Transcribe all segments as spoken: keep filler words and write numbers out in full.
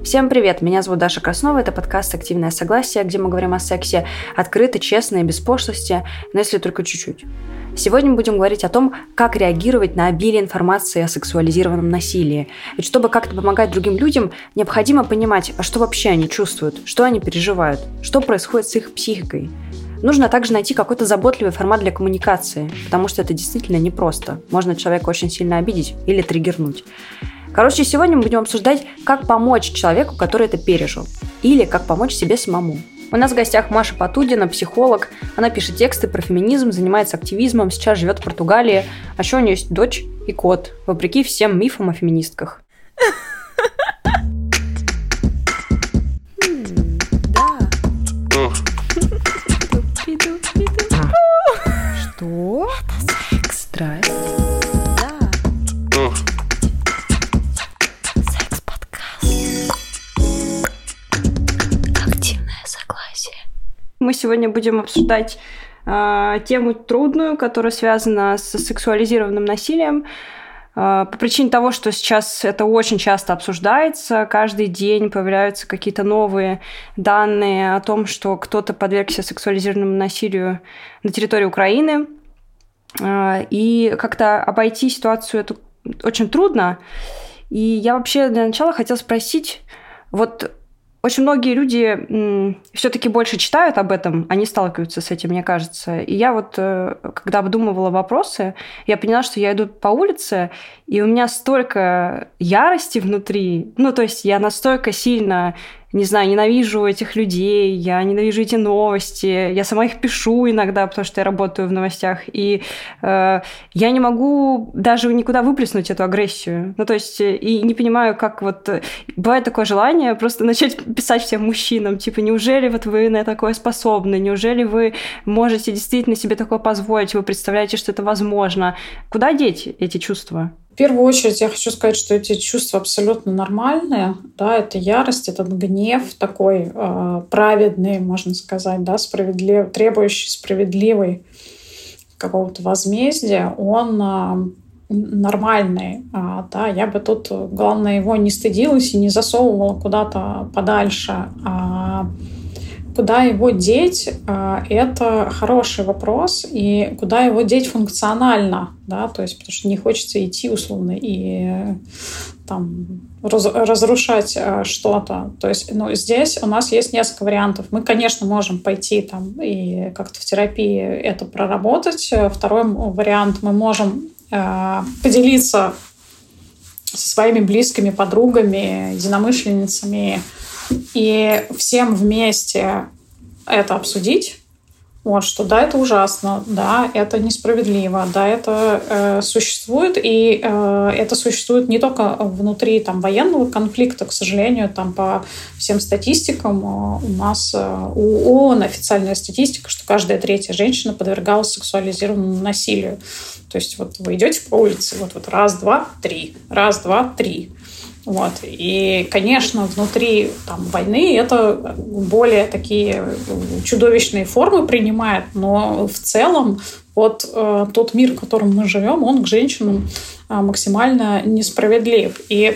Всем привет, меня зовут Даша Краснова, это подкаст «Активное согласие», где мы говорим о сексе открыто, честно и без пошлости, но если только чуть-чуть. Сегодня мы будем говорить о том, как реагировать на обилие информации о сексуализированном насилии. Ведь чтобы как-то помогать другим людям, необходимо понимать, а что вообще они чувствуют, что они переживают, что происходит с их психикой. Нужно также найти какой-то заботливый формат для коммуникации, потому что это действительно непросто. Можно человека очень сильно обидеть или триггернуть. Короче, сегодня мы будем обсуждать, как помочь человеку, который это пережил, или как помочь себе самому. У нас в гостях Маша Потудина, психолог. Она пишет тексты про феминизм, занимается активизмом, сейчас живет в Португалии. А еще у нее есть дочь и кот, вопреки всем мифам о феминистках. Что? Это секс. Страсть. Мы сегодня будем обсуждать э, тему трудную, которая связана с сексуализированным насилием. Э, по причине того, что сейчас это очень часто обсуждается, каждый день появляются какие-то новые данные о том, что кто-то подвергся сексуализированному насилию на территории Украины. Э, и как-то обойти ситуацию эту очень трудно. И я вообще для начала хотела спросить, вот... Очень многие люди м, все-таки больше читают об этом, они сталкиваются с этим, мне кажется. И я вот, э, когда обдумывала вопросы, я поняла, что я иду по улице, и у меня столько ярости внутри. Ну, то есть я настолько сильно, не знаю, ненавижу этих людей, я ненавижу эти новости, я сама их пишу иногда, потому что я работаю в новостях, и э, я не могу даже никуда выплеснуть эту агрессию. Ну, то есть, и не понимаю, как вот... Бывает такое желание просто начать писать всем мужчинам, типа, неужели вот вы на такое способны, неужели вы можете действительно себе такое позволить, вы представляете, что это возможно? Куда деть эти чувства? В первую очередь я хочу сказать, что эти чувства абсолютно нормальные. Да, это ярость, этот гнев такой э, праведный, можно сказать, да, справедлив... требующий справедливой какого-то возмездия, он э, нормальный. А, да, я бы тут, главное, его не стыдилась и не засовывала куда-то подальше. А куда его деть, это хороший вопрос. И куда его деть функционально, да, то есть потому что не хочется идти условно и там раз, разрушать что-то. То есть, ну, здесь у нас есть несколько вариантов. Мы, конечно, можем пойти там и как-то в терапии это проработать. Второй вариант: мы можем э, поделиться со своими близкими подругами, единомышленницами и всем вместе это обсудить. Вот, что да, это ужасно, да, это несправедливо, да, это э, существует, и э, это существует не только внутри там, военного конфликта, к сожалению, там по всем статистикам э, у нас э, у ООН официальная статистика, что каждая третья женщина подвергалась сексуализированному насилию. То есть вот вы идете по улице, вот, вот раз, два, три, раз, два, три. Вот. И, конечно, внутри там, войны это более такие чудовищные формы принимает, но в целом вот э, тот мир, в котором мы живем, он к женщинам э, максимально несправедлив. И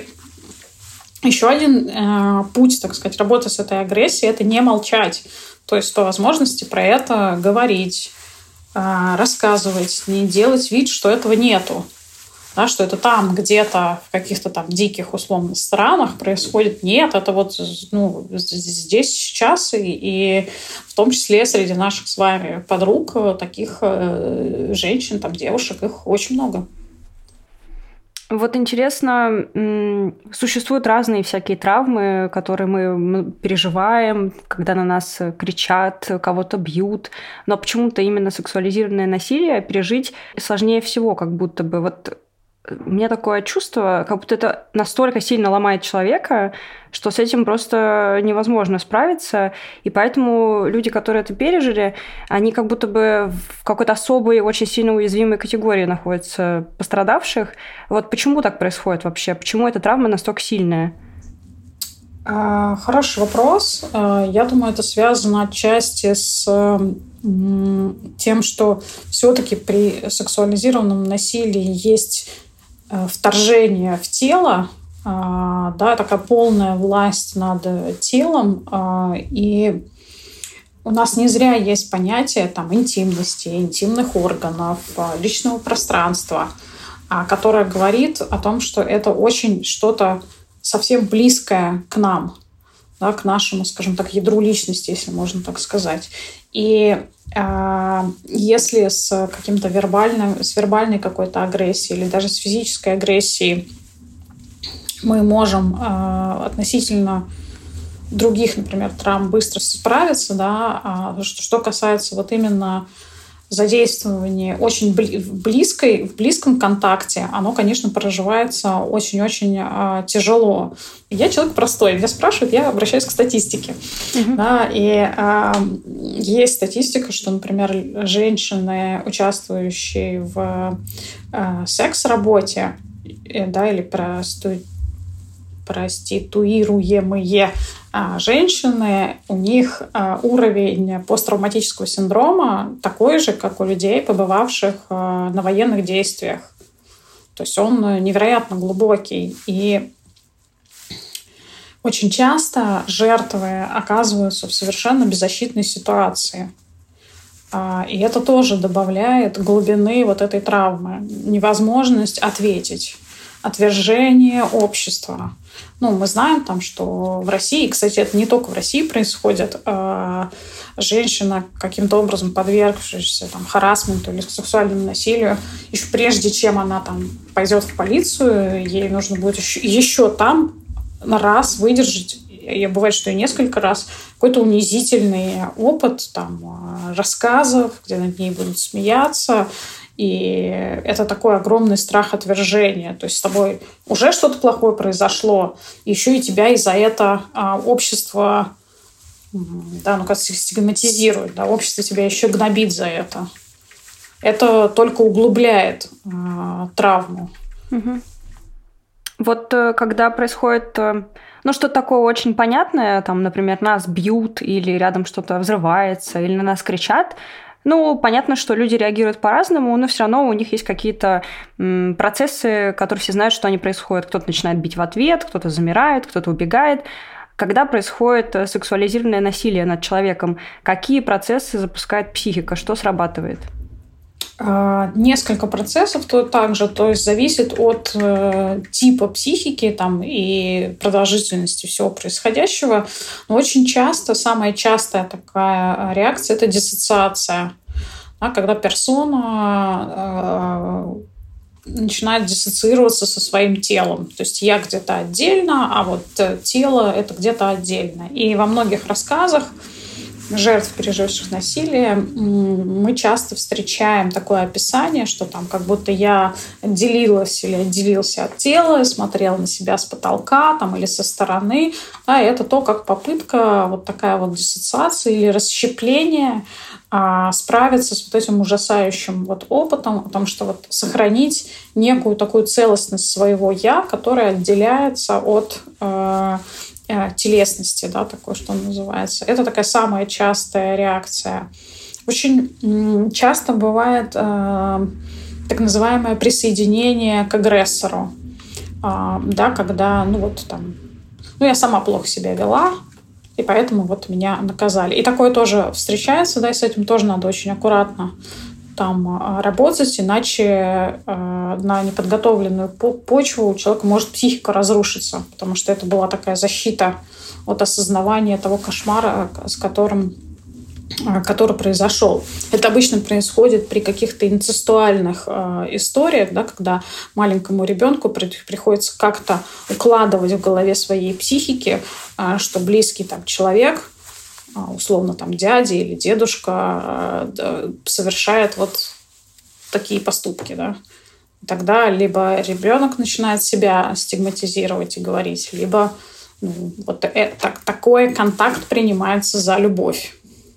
еще один э, путь, так сказать, работы с этой агрессией — это не молчать. То есть по возможности про это говорить, э, рассказывать, не делать вид, что этого нету. Да, что это там где-то в каких-то там диких условно странах происходит. Нет, это вот ну, здесь сейчас, и, и в том числе среди наших с вами подруг таких э, женщин, там, девушек, их очень много. Вот интересно, существуют разные всякие травмы, которые мы переживаем, когда на нас кричат, кого-то бьют, но почему-то именно сексуализированное насилие пережить сложнее всего, как будто бы вот. У меня такое чувство, как будто это настолько сильно ломает человека, что с этим просто невозможно справиться. И поэтому люди, которые это пережили, они как будто бы в какой-то особой, очень сильно уязвимой категории находятся пострадавших. Вот почему так происходит вообще? Почему эта травма настолько сильная? Хороший вопрос. Я думаю, это связано отчасти с тем, что все-таки при сексуализированном насилии есть вторжение в тело, да, такая полная власть над телом, и у нас не зря есть понятие там, интимности, интимных органов, личного пространства, которое говорит о том, что это очень что-то совсем близкое к нам, да, к нашему, скажем так, ядру личности, если можно так сказать. И э, если с каким-то вербальным, с вербальной какой-то агрессией или даже с физической агрессией мы можем э, относительно других, например, травм быстро справиться, да, а что, что касается вот именно задействование очень близкой, в близком контакте, оно, конечно, проживается очень-очень э, тяжело. Я человек простой. Меня спрашивают, я обращаюсь к статистике. Mm-hmm. Да, и э, есть статистика, что, например, женщины, участвующие в э, секс-работе, э, да, или просту... проституируемые женщины, у них уровень посттравматического синдрома такой же, как у людей, побывавших на военных действиях. То есть он невероятно глубокий. И очень часто жертвы оказываются в совершенно беззащитной ситуации. И это тоже добавляет глубины вот этой травмы. Невозможность ответить. Отвержение общества. Ну, мы знаем, там, что в России, кстати, это не только в России происходит, а женщина, каким-то образом подвергшаяся там, харассменту или сексуальному насилию, еще прежде чем она там, пойдет в полицию, ей нужно будет еще, еще там раз выдержать, и бывает, что и несколько раз, какой-то унизительный опыт там, рассказов, где над ней будут смеяться. И это такой огромный страх отвержения. То есть с тобой уже что-то плохое произошло, еще и тебя из-за этого а, общество да, ну, как стигматизирует. Да, общество тебя еще гнобит за это. Это только углубляет а, травму. Угу. Вот когда происходит ну, что-то такое очень понятное, там, например, нас бьют или рядом что-то взрывается, или на нас кричат, ну, понятно, что люди реагируют по-разному, но все равно у них есть какие-то м, процессы, которые все знают, что они происходят. Кто-то начинает бить в ответ, кто-то замирает, кто-то убегает. Когда происходит сексуализированное насилие над человеком, какие процессы запускает психика, что срабатывает? Несколько процессов то также, то есть зависит от э, типа психики там, и продолжительности всего происходящего. Но очень часто, самая частая такая реакция – это диссоциация. Да, когда персона э, начинает диссоциироваться со своим телом. То есть я где-то отдельно, а вот тело – это где-то отдельно. И во многих рассказах жертв, переживших насилие, мы часто встречаем такое описание, что там как будто я отделилась или отделился от тела, смотрел на себя с потолка там, или со стороны. Да, и это то, как попытка вот такая вот диссоциация или расщепление а, справиться с вот этим ужасающим вот опытом, о том, что вот сохранить некую такую целостность своего «я», которая отделяется от э, телесности, да, такое, что называется. Это такая самая частая реакция. Очень часто бывает э, так называемое присоединение к агрессору, э, да, когда, ну вот там, ну я сама плохо себя вела, и поэтому вот меня наказали. И такое тоже встречается, да, и с этим тоже надо очень аккуратно там работать, иначе э, на неподготовленную почву у человека может психика разрушиться, потому что это была такая защита от осознавания того кошмара, с которым, э, который произошел. Это обычно происходит при каких-то инцестуальных э, историях, да, когда маленькому ребенку при, приходится как-то укладывать в голове своей психики, э, что близкий там, человек, условно там дядя или дедушка совершает вот такие поступки, да. Тогда либо ребенок начинает себя стигматизировать и говорить, либо ну, вот это, такой контакт принимается за любовь.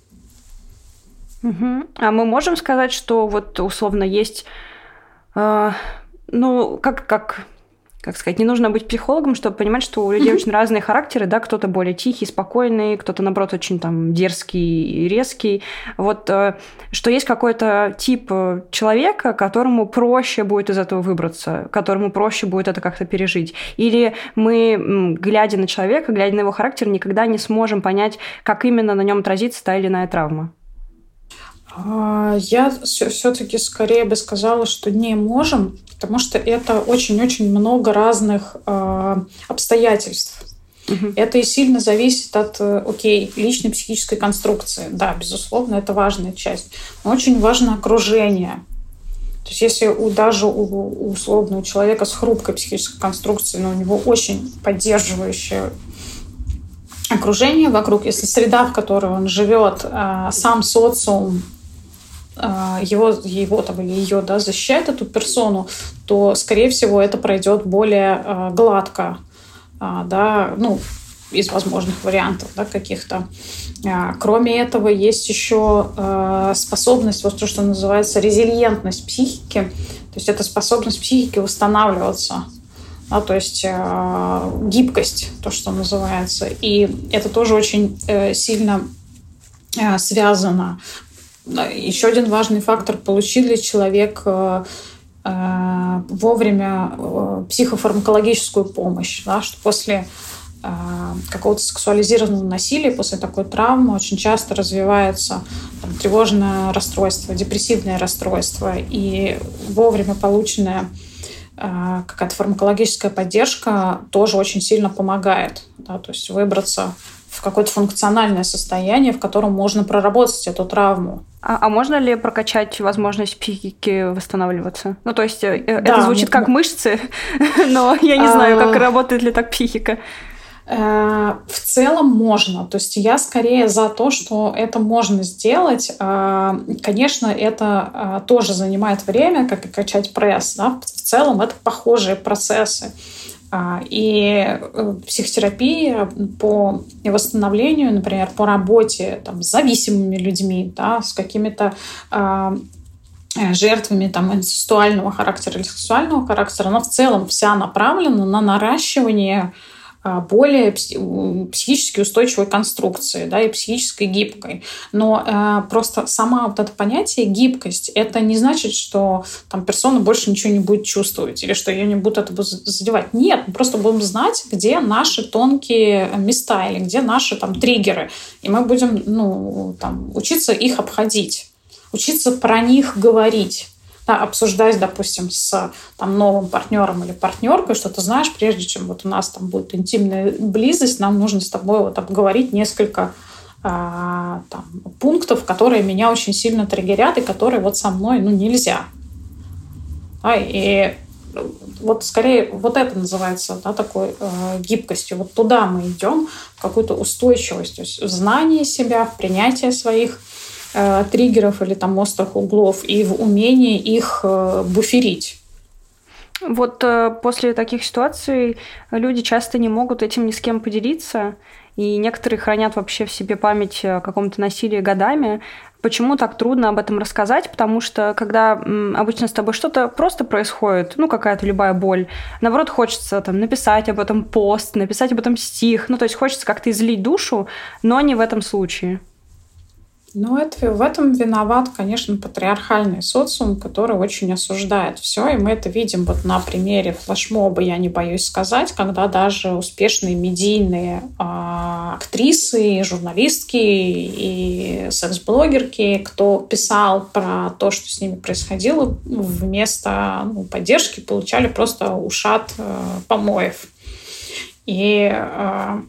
Угу. А мы можем сказать, что вот условно есть, э, ну как как как сказать, не нужно быть психологом, чтобы понимать, что у людей mm-hmm. очень разные характеры, да, кто-то более тихий, спокойный, кто-то, наоборот, очень там дерзкий и резкий. Вот что есть какой-то тип человека, которому проще будет из этого выбраться, которому проще будет это как-то пережить. Или мы, глядя на человека, глядя на его характер, никогда не сможем понять, как именно на нем отразится та или иная травма. Я все-таки скорее бы сказала, что не можем, потому что это очень-очень много разных э, обстоятельств. Угу. Это и сильно зависит от, окей, личной психической конструкции. Да, безусловно, это важная часть. Но очень важно окружение. То есть если у, даже у, у условного человека с хрупкой психической конструкцией, но у него очень поддерживающее окружение вокруг, если среда, в которой он живет, э, сам социум, его, его там, или ее, да, защищает эту персону, то, скорее всего, это пройдет более э, гладко, э, да, ну, из возможных вариантов, да, каких-то. Э, кроме этого, есть еще э, способность, вот то, что называется резилиентность психики, то есть это способность психики восстанавливаться, да, то есть э, гибкость, то, что называется. И это тоже очень э, сильно э, связано. Еще один важный фактор: получит ли человек э, э, вовремя э, психофармакологическую помощь, да, что после э, какого-то сексуализированного насилия, после такой травмы очень часто развивается там, тревожное расстройство, депрессивное расстройство, и вовремя полученная э, какая-то фармакологическая поддержка тоже очень сильно помогает, да, то есть выбраться в какое-то функциональное состояние, в котором можно проработать эту травму. А, а можно ли прокачать возможность психики восстанавливаться? Ну, то есть да, это звучит как мы... мышцы, но я не знаю, как работает ли так психика. В целом можно. То есть я скорее за то, что это можно сделать. Конечно, это тоже занимает время, как и качать пресс. Да? В целом это похожие процессы. И психотерапия по восстановлению, например, по работе там, с зависимыми людьми, да, с какими-то э, жертвами там, инцестуального характера или сексуального характера, она в целом вся направлена на наращивание более психически устойчивой конструкции, да, и психической гибкой. Но э, просто сама вот это понятие гибкость, это не значит, что там персона больше ничего не будет чувствовать или что ее не будут это задевать. Нет, мы просто будем знать, где наши тонкие места или где наши там триггеры. И мы будем ну, там, учиться их обходить, учиться про них говорить. Обсуждать, допустим, с там, новым партнером или партнеркой, что ты знаешь, прежде чем вот у нас там будет интимная близость, нам нужно с тобой вот обговорить несколько э, там, пунктов, которые меня очень сильно триггерят и которые вот со мной ну, нельзя. Да, и вот скорее вот это называется да, такой э, гибкостью. Вот туда мы идем, в какую-то устойчивость, то есть в знании себя, в принятие своих триггеров или там острых углов и в умении их буферить. Вот после таких ситуаций люди часто не могут этим ни с кем поделиться, и некоторые хранят вообще в себе память о каком-то насилии годами. Почему так трудно об этом рассказать? Потому что когда обычно с тобой что-то просто происходит, ну, какая-то любая боль, наоборот, хочется там написать об этом пост, написать об этом стих, ну, то есть хочется как-то излить душу, но не в этом случае. Ну, это, в этом виноват, конечно, патриархальный социум, который очень осуждает все, и мы это видим вот на примере флешмоба, я не боюсь сказать, когда даже успешные медийные э, актрисы, журналистки и секс-блогерки, кто писал про то, что с ними происходило, вместо ну, поддержки получали просто ушат э, помоев. И э,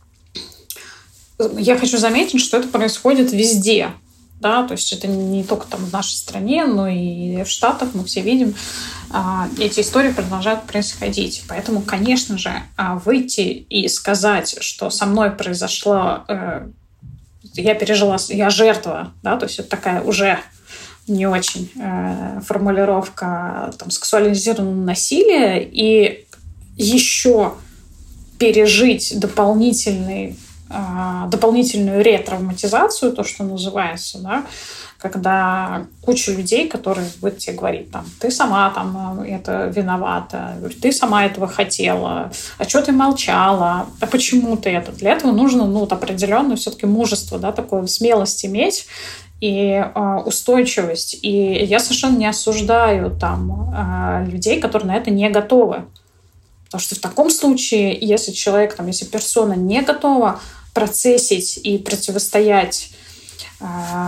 я хочу заметить, что это происходит везде. Да? То есть это не только там в нашей стране, но и в Штатах мы все видим, эти истории продолжают происходить. Поэтому, конечно же, выйти и сказать, что со мной произошло, я пережила, я жертва, да? То есть это такая уже не очень формулировка там, сексуализированного насилия, и еще пережить дополнительный дополнительную ретравматизацию, то, что называется, да, когда куча людей, которые будут тебе говорить, там, ты сама там это виновата, ты сама этого хотела, а что ты молчала, а почему ты это? Для этого нужно ну, вот определенное все-таки мужество, да, такое смелость иметь, и э, устойчивость. И я совершенно не осуждаю там, э, людей, которые на это не готовы. Потому что в таком случае, если человек, там, если персона не готова процессить и противостоять э,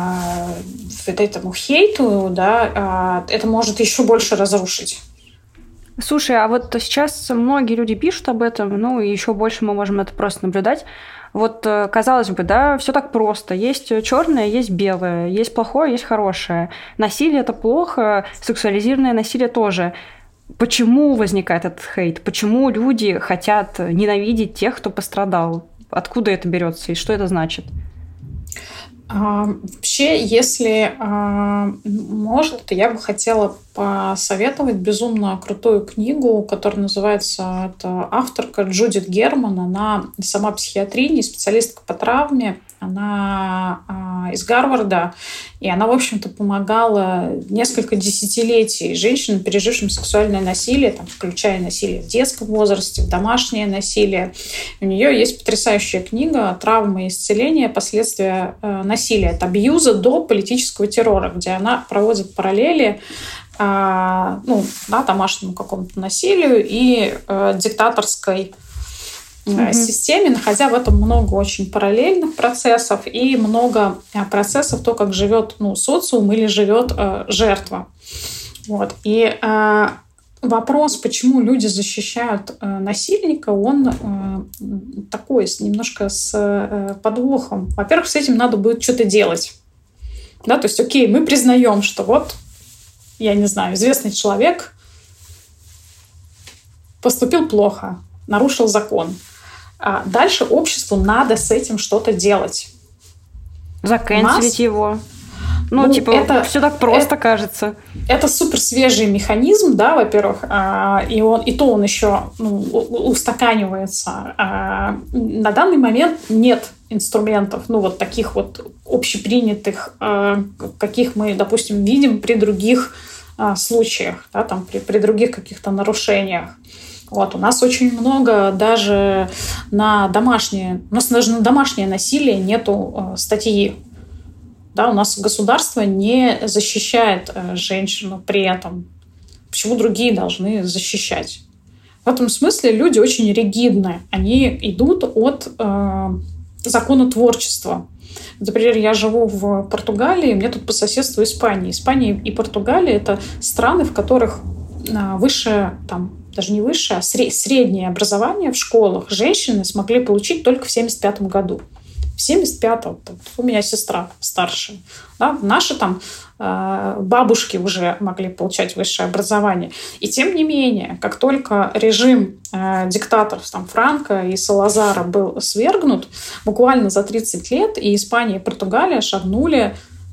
вот этому хейту, да, э, это может еще больше разрушить. Слушай, а вот сейчас многие люди пишут об этом, ну и еще больше мы можем это просто наблюдать. Вот, казалось бы, да, все так просто. Есть черное, есть белое, есть плохое, есть хорошее. Насилие – это плохо, сексуализированное насилие тоже. Почему возникает этот хейт? Почему люди хотят ненавидеть тех, кто пострадал? Откуда это берется и что это значит? А, вообще, если а, можно, то я бы хотела посоветовать безумно крутую книгу, которая называется, это авторка Джудит Герман, она сама психиатриня, специалистка по травме, она а, из Гарварда, и она, в общем-то, помогала несколько десятилетий женщинам, пережившим сексуальное насилие, там, включая насилие в детском возрасте, в домашнее насилие. У нее есть потрясающая книга «Травма и исцеление. Последствия э, насилия от абьюза до политического террора», где она проводит параллели э, ну, да, домашнему какому-то насилию и э, диктаторской Mm-hmm. системе, находя в этом много очень параллельных процессов и много процессов, то, как живет ну, социум или живет э, жертва. Вот. И э, вопрос, почему люди защищают э, насильника, он э, такой, немножко с э, подвохом. Во-первых, с этим надо будет что-то делать. Да? То есть, окей, мы признаем, что вот, я не знаю, известный человек поступил плохо, нарушил закон. А дальше обществу надо с этим что-то делать. Заканчивать его. Ну, ну типа, это, все так просто это, кажется. Это супер свежий механизм, да, во-первых, и, он, и то он еще ну, устаканивается. На данный момент нет инструментов, ну, вот таких вот общепринятых, каких мы, допустим, видим при других случаях, да, там, при, при других каких-то нарушениях. Вот, у нас очень много даже на домашнее, у нас даже на домашнее насилие нету э, статьи. Да, у нас государство не защищает э, женщину при этом. Почему другие должны защищать? В этом смысле люди очень ригидны. Они идут от э, законотворчества. Например, я живу в Португалии, мне тут по соседству Испания. Испания и Португалия – это страны, в которых э, высшее там, даже не высшее, а среднее образование в школах женщины смогли получить только в семьдесят пятом году. В семьдесят пятом у меня сестра старшая. Да, наши там бабушки уже могли получать высшее образование. И тем не менее, как только режим диктаторов там, Франко и Салазара был свергнут, буквально за тридцать лет и Испания, и Португалия шагнули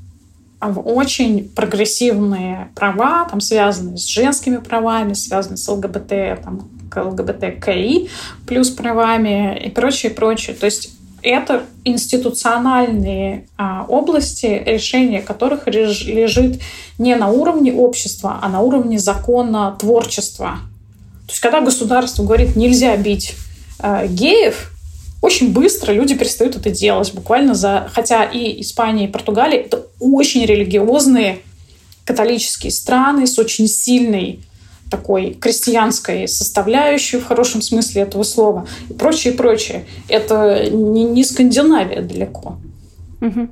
в очень прогрессивные права, там, связанные с женскими правами, связанные с ЛГБТ, там, ЛГБТКИ плюс правами и прочее, прочее. То есть это институциональные а, области, решение которых реж, лежит не на уровне общества, а на уровне законотворчества. То есть когда государство говорит, нельзя бить а, геев, очень быстро люди перестают это делать. Буквально за... Хотя и Испания, и Португалия — это очень религиозные католические страны с очень сильной такой крестьянской составляющей в хорошем смысле этого слова. И прочее, и прочее. Это не, не Скандинавия далеко. Угу.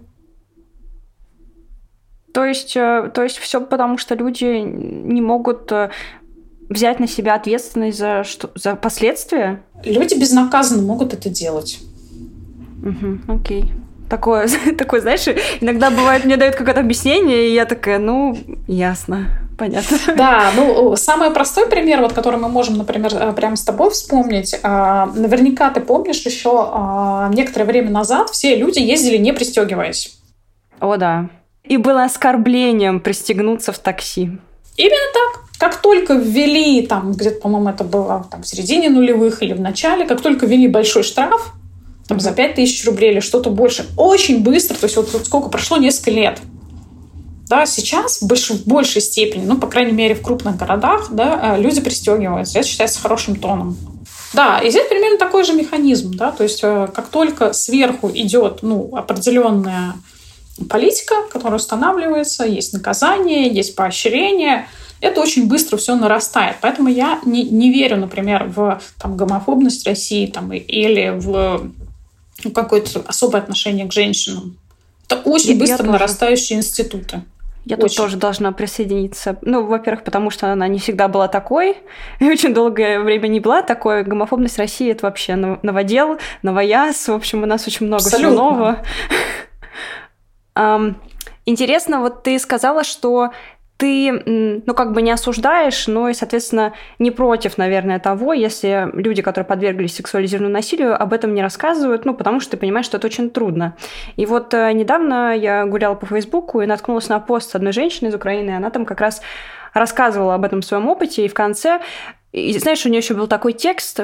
То есть, то есть все потому, что люди не могут взять на себя ответственность за, что, за последствия? Люди безнаказанно могут это делать. Угу, окей. Такое, такое, знаешь, иногда бывает, мне дают какое-то объяснение, и я такая, ну, ясно, понятно. Да, ну, самый простой пример, вот, который мы можем, например, прямо с тобой вспомнить. Наверняка ты помнишь, еще некоторое время назад все люди ездили, не пристегиваясь. О, да. И было оскорблением пристегнуться в такси. Именно так. Как только ввели, там, где-то, по-моему, это было там, в середине нулевых или в начале, как только ввели большой штраф, там, за пять тысяч рублей или что-то больше, очень быстро, то есть вот, вот сколько прошло, несколько лет, Да, сейчас в, больш, в большей степени, ну, по крайней мере, в крупных городах, да, люди пристегиваются. Это считается хорошим тоном. Да, и здесь примерно такой же механизм. Да, то есть как только сверху идет ну, определенная политика, которая устанавливается, есть наказание, есть поощрение, это очень быстро все нарастает. Поэтому я не, не верю, например, в там, гомофобность России там, или в ну, какое-то особое отношение к женщинам. Это очень я, быстро я нарастающие тоже. Институты. Я очень. Тут тоже должна присоединиться. Ну, во-первых, потому что она не всегда была такой, и очень долгое время не была такой. Гомофобность России – это вообще новодел, новояз. В общем, у нас очень много Абсолютно. Всего нового. Интересно, вот ты сказала, что ты, ну, как бы не осуждаешь, но и, соответственно, не против, наверное, того, если люди, которые подверглись сексуализированному насилию, об этом не рассказывают, ну, потому что ты понимаешь, что это очень трудно. И вот недавно я гуляла по Фейсбуку и наткнулась на пост одной женщины из Украины, и она там как раз рассказывала об этом своем опыте, и в конце, и, знаешь, у нее еще был такой текст,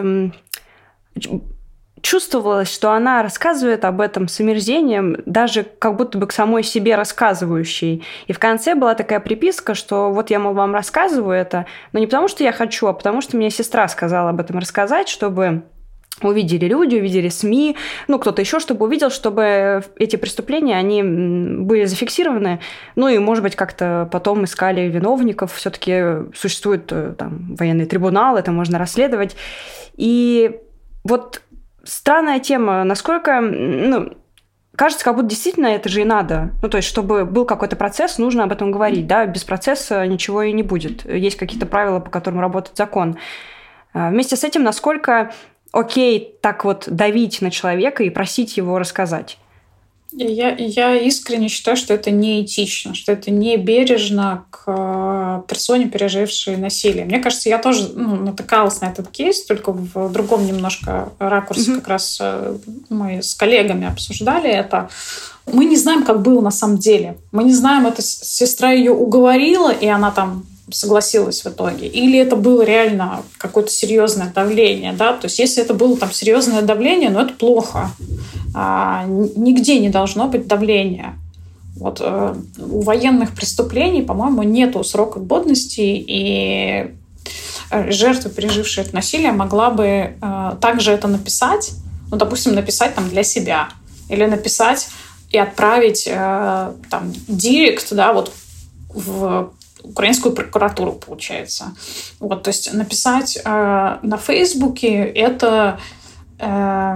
чувствовалось, что она рассказывает об этом с омерзением, даже как будто бы к самой себе рассказывающей. И в конце была такая приписка, что вот я, мол, вам рассказываю это, но не потому, что я хочу, а потому, что мне сестра сказала об этом рассказать, чтобы увидели люди, увидели СМИ, ну, кто-то еще, чтобы увидел, чтобы эти преступления, они были зафиксированы, ну, и, может быть, как-то потом искали виновников. Все-таки существует там военный трибунал, это можно расследовать. И вот странная тема, насколько, ну, кажется, как будто действительно это же и надо. Ну, то есть, чтобы был какой-то процесс, нужно об этом говорить, да, без процесса ничего и не будет. Есть какие-то правила, по которым работает закон. Вместе с этим, насколько окей так вот давить на человека и просить его рассказать? Я, я искренне считаю, что это неэтично, что это не бережно к персоне, пережившей насилие. Мне кажется, я тоже ну, натыкалась на этот кейс, только в другом немножко ракурсе. Mm-hmm. Как раз мы с коллегами обсуждали это. Мы не знаем, как было на самом деле. Мы не знаем, эта сестра ее уговорила, и она там согласилась в итоге. Или это было реально какое-то серьезное давление. Да? То есть если это было там серьезное давление, ну это плохо. А, нигде не должно быть давления. Вот, э, у военных преступлений, по-моему, нету срока годности, и жертва, пережившая это насилие, могла бы э, также это написать, ну, допустим, написать там для себя, или написать и отправить э, там директ, да, вот в украинскую прокуратуру, получается. Вот, то есть написать э, на Фейсбуке это э,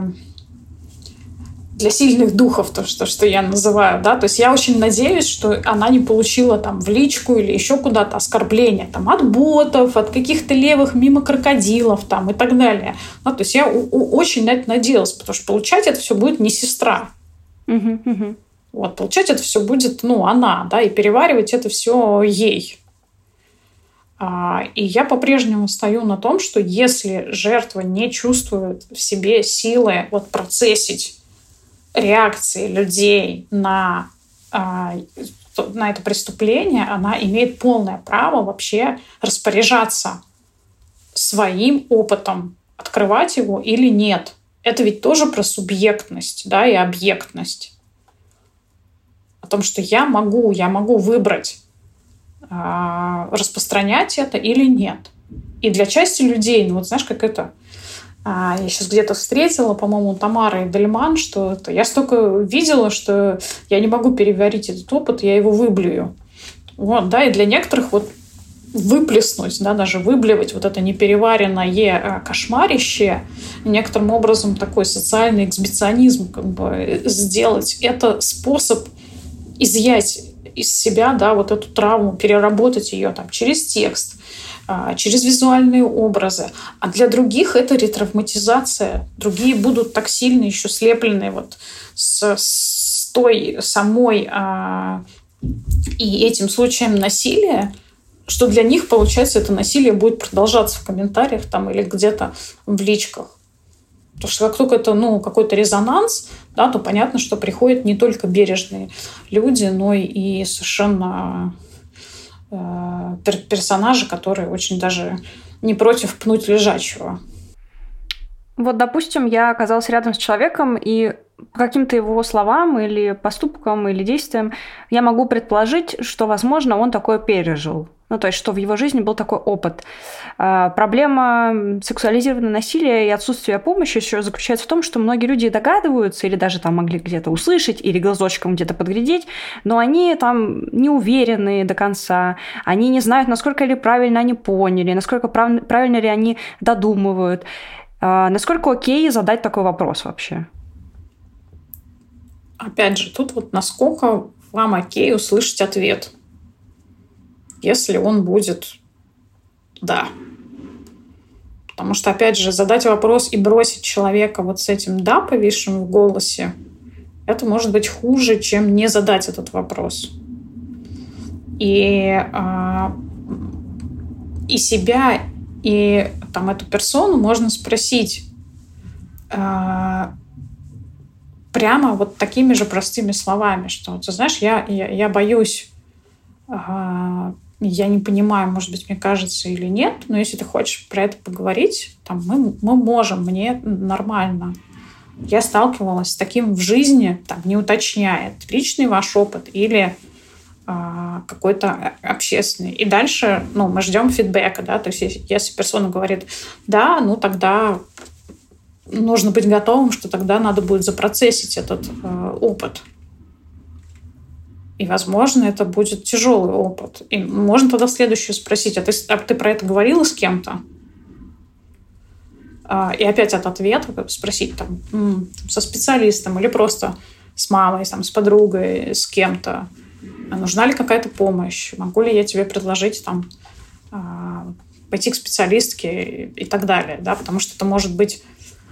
для сильных духов, то, что, что я называю. Да? То есть я очень надеюсь, что она не получила там, в личку или еще куда-то оскорбления там, от ботов, от каких-то левых мимо крокодилов там, и так далее. Да? То есть я у- у- очень на это надеялась, потому что получать это все будет не сестра. Uh-huh, uh-huh. Вот, получать это все будет ну, она, да, и переваривать это все ей. А, и я по-прежнему стою на том, что если жертва не чувствует в себе силы вот, процессить реакции людей на, на это преступление, она имеет полное право вообще распоряжаться своим опытом, открывать его или нет. Это ведь тоже про субъектность, да, и объектность. О том, что я могу, я могу выбрать, распространять это или нет. И для части людей, ну вот знаешь, как это... Я сейчас где-то встретила, по-моему, Тамара Эдельман, что это... Я столько видела, что я не могу переварить этот опыт, я его выблюю. Вот, да, и для некоторых вот выплеснуть, да, даже выблевать вот это непереваренное кошмарище, некоторым образом такой социальный эксбиционизм как бы сделать. Это способ изъять из себя, да, вот эту травму, переработать ее там через текст, через визуальные образы. А для других это ретравматизация. Другие будут так сильно еще слеплены вот с, с той самой а, и этим случаем насилия, что для них, получается, это насилие будет продолжаться в комментариях там, или где-то в личках. Потому что как только это ну, какой-то резонанс, да, то понятно, что приходят не только бережные люди, но и совершенно персонажи, которые очень даже не против пнуть лежачего. Вот, допустим, я оказалась рядом с человеком, и по каким-то его словам или поступкам или действиям я могу предположить, что, возможно, он такое пережил. Ну, то есть, что в его жизни был такой опыт. А, проблема сексуализированного насилия и отсутствия помощи еще заключается в том, что многие люди догадываются или даже там могли где-то услышать или глазочком где-то подглядеть, но они там не уверены до конца, они не знают, насколько ли правильно они поняли, насколько прав... правильно ли они додумывают. А, насколько окей задать такой вопрос вообще? Опять же, тут вот насколько вам окей услышать ответ, если он будет «да». Потому что, опять же, задать вопрос и бросить человека вот с этим «да», повисшим в голосе, это может быть хуже, чем не задать этот вопрос. И, э, и себя, и там, эту персону можно спросить э, прямо вот такими же простыми словами, что, ты знаешь, я, я, я боюсь, э, я не понимаю, может быть, мне кажется или нет, но если ты хочешь про это поговорить, там, мы, мы можем, мне нормально. Я сталкивалась с таким в жизни, там, не уточняет, личный ваш опыт или э, какой-то общественный. И дальше ну, мы ждем фидбэка. Да? То есть если, если персона говорит «да», ну тогда нужно быть готовым, что тогда надо будет запроцессить этот э, опыт. И, возможно, это будет тяжелый опыт. И можно тогда следующее спросить, а ты, а ты про это говорила с кем-то? И опять от ответа спросить там, со специалистом или просто с мамой, там, с подругой, с кем-то. А нужна ли какая-то помощь? Могу ли я тебе предложить там, пойти к специалистке и так далее? Да? Потому что это может быть...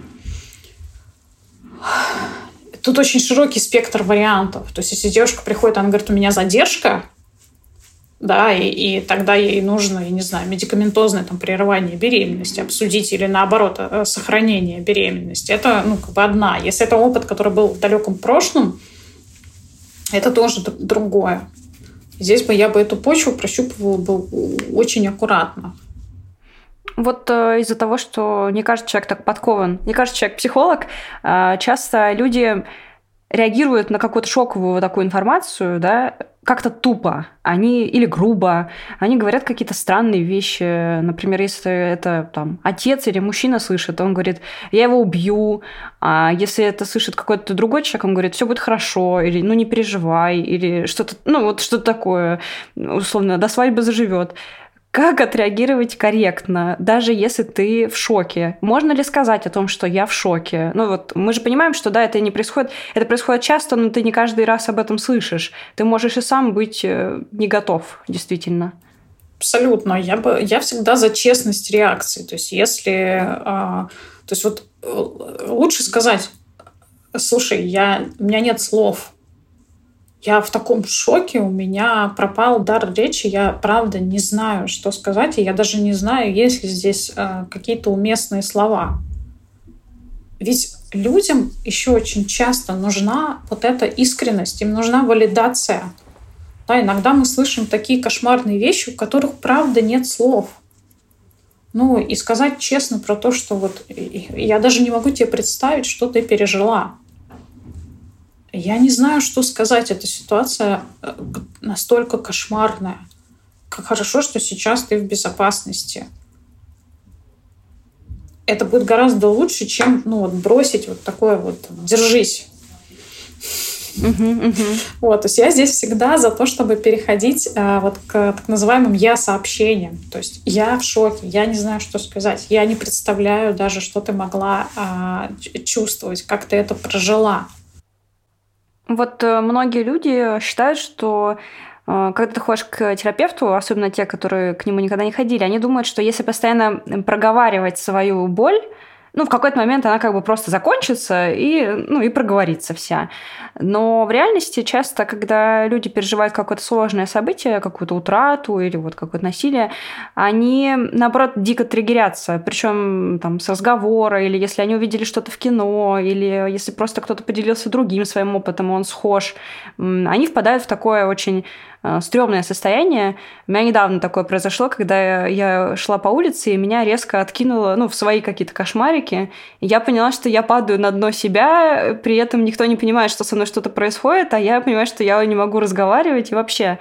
Тут очень широкий спектр вариантов. То есть, если девушка приходит, она говорит, у меня задержка, да, и, и тогда ей нужно, я не знаю, медикаментозное там, прерывание беременности обсудить или, наоборот, сохранение беременности. Это, ну, как бы одна. Если это опыт, который был в далеком прошлом, это тоже другое. Здесь бы я бы эту почву прощупывала бы очень аккуратно. Вот э, из-за того, что не каждый человек так подкован, не каждый человек психолог, э, часто люди реагируют на какую-то шоковую такую информацию, да, как-то тупо, они или грубо, они говорят какие-то странные вещи. Например, если это там отец или мужчина слышит, он говорит, я его убью, а если это слышит какой-то другой человек, он говорит, все будет хорошо, или ну не переживай, или что-то, ну вот что-то такое, условно, до свадьбы заживет. Как отреагировать корректно, даже если ты в шоке? Можно ли сказать о том, что я в шоке? Ну вот мы же понимаем, что да, это не происходит, это происходит часто, но ты не каждый раз об этом слышишь. Ты можешь и сам быть не готов, действительно. Абсолютно. Я бы, я всегда за честность реакции. То есть если, а, то есть вот лучше сказать, слушай, я, у меня нет слов. Я в таком шоке, у меня пропал дар речи, я правда не знаю, что сказать, и я даже не знаю, есть ли здесь э, какие-то уместные слова. Ведь людям еще очень часто нужна вот эта искренность, им нужна валидация. Да, иногда мы слышим такие кошмарные вещи, у которых правда нет слов. Ну и сказать честно про то, что вот я даже не могу тебе представить, что ты пережила. Я не знаю, что сказать. Эта ситуация настолько кошмарная. Как хорошо, что сейчас ты в безопасности. Это будет гораздо лучше, чем ну, вот, бросить вот такое вот «держись». Uh-huh, uh-huh. Вот, то есть я здесь всегда за то, чтобы переходить а, вот к так называемым «я-сообщениям». То есть я в шоке, я не знаю, что сказать. Я не представляю даже, что ты могла а, чувствовать, как ты это прожила. Вот многие люди считают, что э, когда ты ходишь к терапевту, особенно те, которые к нему никогда не ходили, они думают, что если постоянно проговаривать свою боль, ну, в какой-то момент она как бы просто закончится и, ну, и проговорится вся. Но в реальности часто, когда люди переживают какое-то сложное событие, какую-то утрату или вот какое-то насилие, они, наоборот, дико триггерятся. Причем там с разговора, или если они увидели что-то в кино, или если просто кто-то поделился другим своим опытом, и он схож, они впадают в такое очень стрёмное состояние. У меня недавно такое произошло, когда я шла по улице, и меня резко откинуло, ну, в свои какие-то кошмарики. И я поняла, что я падаю на дно себя, при этом никто не понимает, что со мной что-то происходит, а я понимаю, что я не могу разговаривать и вообще.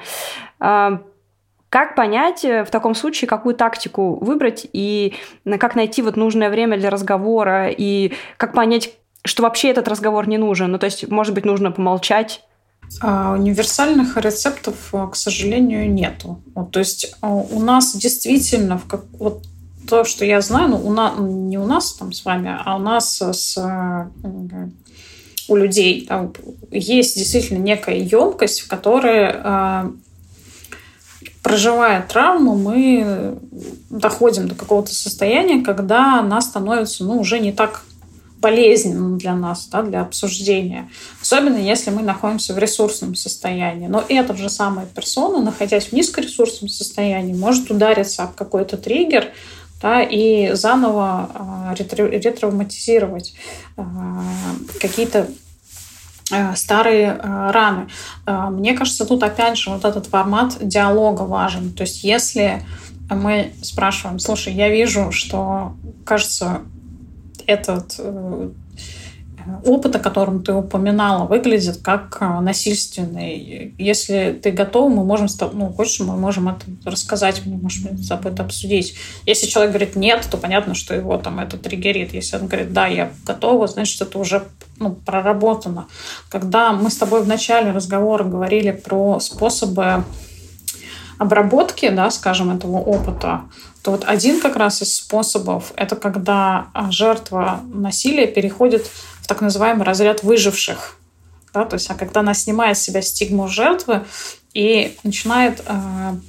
Как понять в таком случае, какую тактику выбрать, и как найти вот нужное время для разговора, и как понять, что вообще этот разговор не нужен? Ну, то есть, может быть, нужно помолчать? А, универсальных рецептов, к сожалению, нету. Вот, то есть у нас действительно, в как, вот то, что я знаю, ну, у нас, не у нас там с вами, а у нас с, у людей там, есть действительно некая емкость, в которой, проживая травму, мы доходим до какого-то состояния, когда она становится, ну, уже не так болезненным для нас, да, для обсуждения. Особенно если мы находимся в ресурсном состоянии. Но эта же самая персона, находясь в низкоресурсном состоянии, может удариться об какой-то триггер, да, и заново э, ретравматизировать э, какие-то старые э, раны. Э, мне кажется, тут опять же вот этот формат диалога важен. То есть если мы спрашиваем, слушай, я вижу, что, кажется, этот э, опыт, о котором ты упоминала, выглядит как насильственный. Если ты готова, мы можем, ну, хочешь, мы можем это рассказать, мы можем об этом обсудить. Если человек говорит нет, то понятно, что его там это триггерит. Если он говорит да, я готова, значит, это уже, ну, проработано. Когда мы с тобой в начале разговора говорили про способы обработки, да, скажем, этого опыта, то вот один как раз из способов — это когда жертва насилия переходит в так называемый разряд выживших. Да, то есть, а когда она снимает с себя стигму жертвы и начинает э,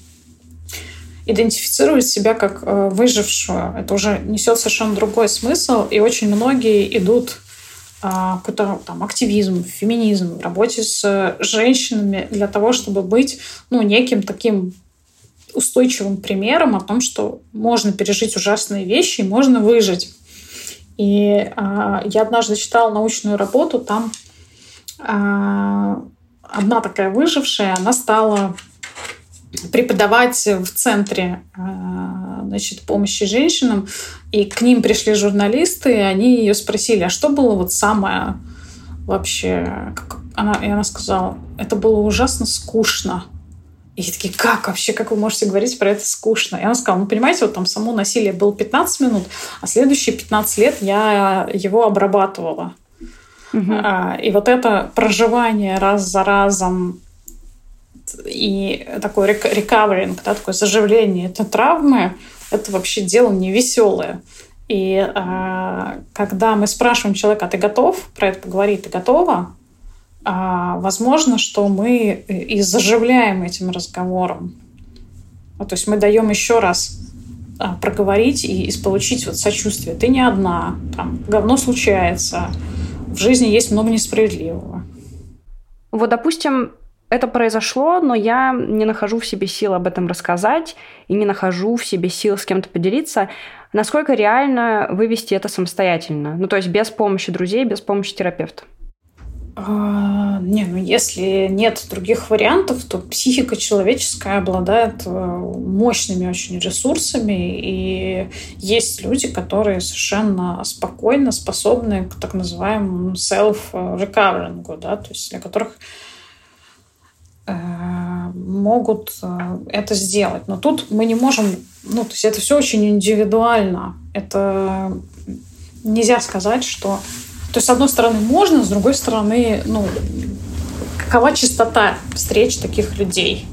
идентифицировать себя как э, выжившую, это уже несет совершенно другой смысл, и очень многие идут э, в какой-то там активизм, феминизм, в работе с женщинами для того, чтобы быть, ну, неким таким устойчивым примером о том, что можно пережить ужасные вещи и можно выжить. И э, я однажды читала научную работу, там э, одна такая выжившая, она стала преподавать в центре э, значит, помощи женщинам, и к ним пришли журналисты, и они ее спросили, а что было вот самое вообще... Как она, и она сказала, это было ужасно скучно. И я такие, как вообще, как вы можете говорить про это скучно? И она сказала, ну, понимаете, вот там само насилие было пятнадцать минут, а следующие пятнадцать лет я его обрабатывала. Угу. И вот это проживание раз за разом и такой рекаверинг, да, такое заживление этой травмы, это вообще дело невеселое. И а, когда мы спрашиваем человека, а ты готов про это поговорить, ты готова? А, возможно, что мы и заживляем этим разговором. А, то есть мы даем еще раз а, проговорить и, и получить вот сочувствие. Ты не одна, там, говно случается, в жизни есть много несправедливого. Вот, допустим, это произошло, но я не нахожу в себе сил об этом рассказать и не нахожу в себе сил с кем-то поделиться. Насколько реально вывести это самостоятельно? Ну, то есть без помощи друзей, без помощи терапевта? А, не, ну если нет других вариантов, то психика человеческая обладает мощными очень ресурсами, и есть люди, которые совершенно спокойно способны к так называемому self-recovering, да, то есть для которых э, могут это сделать. Но тут мы не можем, ну, то есть это все очень индивидуально. Это нельзя сказать, что... То есть, с одной стороны, можно, с другой стороны, ну, какова частота встреч таких людей?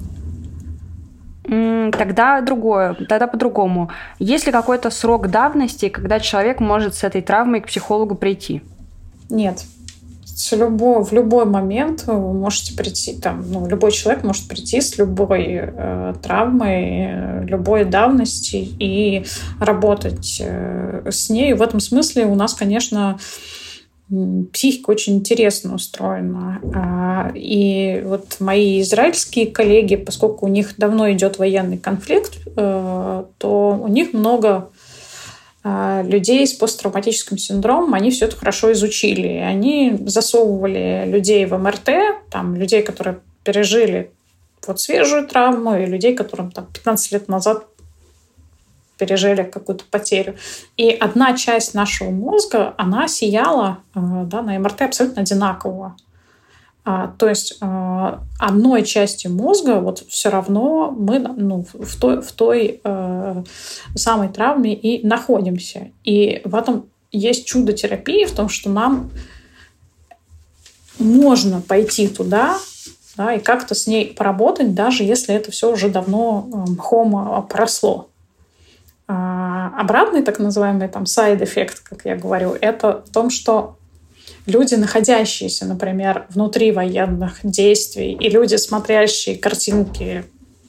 Тогда другое, тогда по-другому. Есть ли какой-то срок давности, когда человек может с этой травмой к психологу прийти? Нет. С любой, в любой момент вы можете прийти, там, ну, любой человек может прийти с любой э, травмой, любой давности и работать э, с ней. В этом смысле у нас, конечно, психика очень интересно устроена. И вот мои израильские коллеги, поскольку у них давно идет военный конфликт, э, то у них много людей с посттравматическим синдромом, они все это хорошо изучили. И они засовывали людей в эм эр тэ, там, людей, которые пережили вот свежую травму, и людей, которым там пятнадцать лет назад пережили какую-то потерю. И одна часть нашего мозга, она сияла да, на эм эр тэ абсолютно одинаково. А, то есть а, одной частью мозга вот все равно мы ну, в той, в той а, самой травме и находимся. И в этом есть чудо терапии, в том, что нам можно пойти туда, да, и как-то с ней поработать, даже если это все уже давно мхом поросло. А обратный, так называемый там сайд-эффект, как я говорю, это в том, что люди, находящиеся, например, внутри военных действий, и люди, смотрящие картинки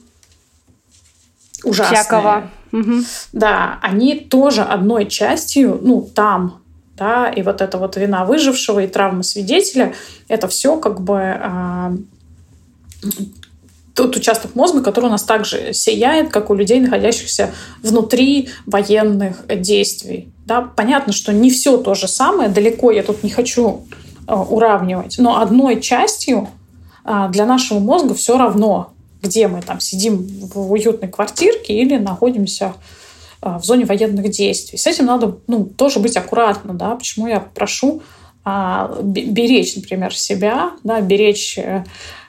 ужасные, всякого. Да, они тоже одной частью, ну, там, да, и вот эта вот вина выжившего и травма свидетеля, это все как бы а, тот участок мозга, который у нас также сияет, как у людей, находящихся внутри военных действий. Да, понятно, что не все то же самое, далеко я тут не хочу а, уравнивать, но одной частью а, для нашего мозга все равно, где мы там сидим в уютной квартирке или находимся в зоне военных действий. С этим надо ну, тоже быть аккуратно. Да? Почему я прошу а, беречь, например, себя, да, беречь э,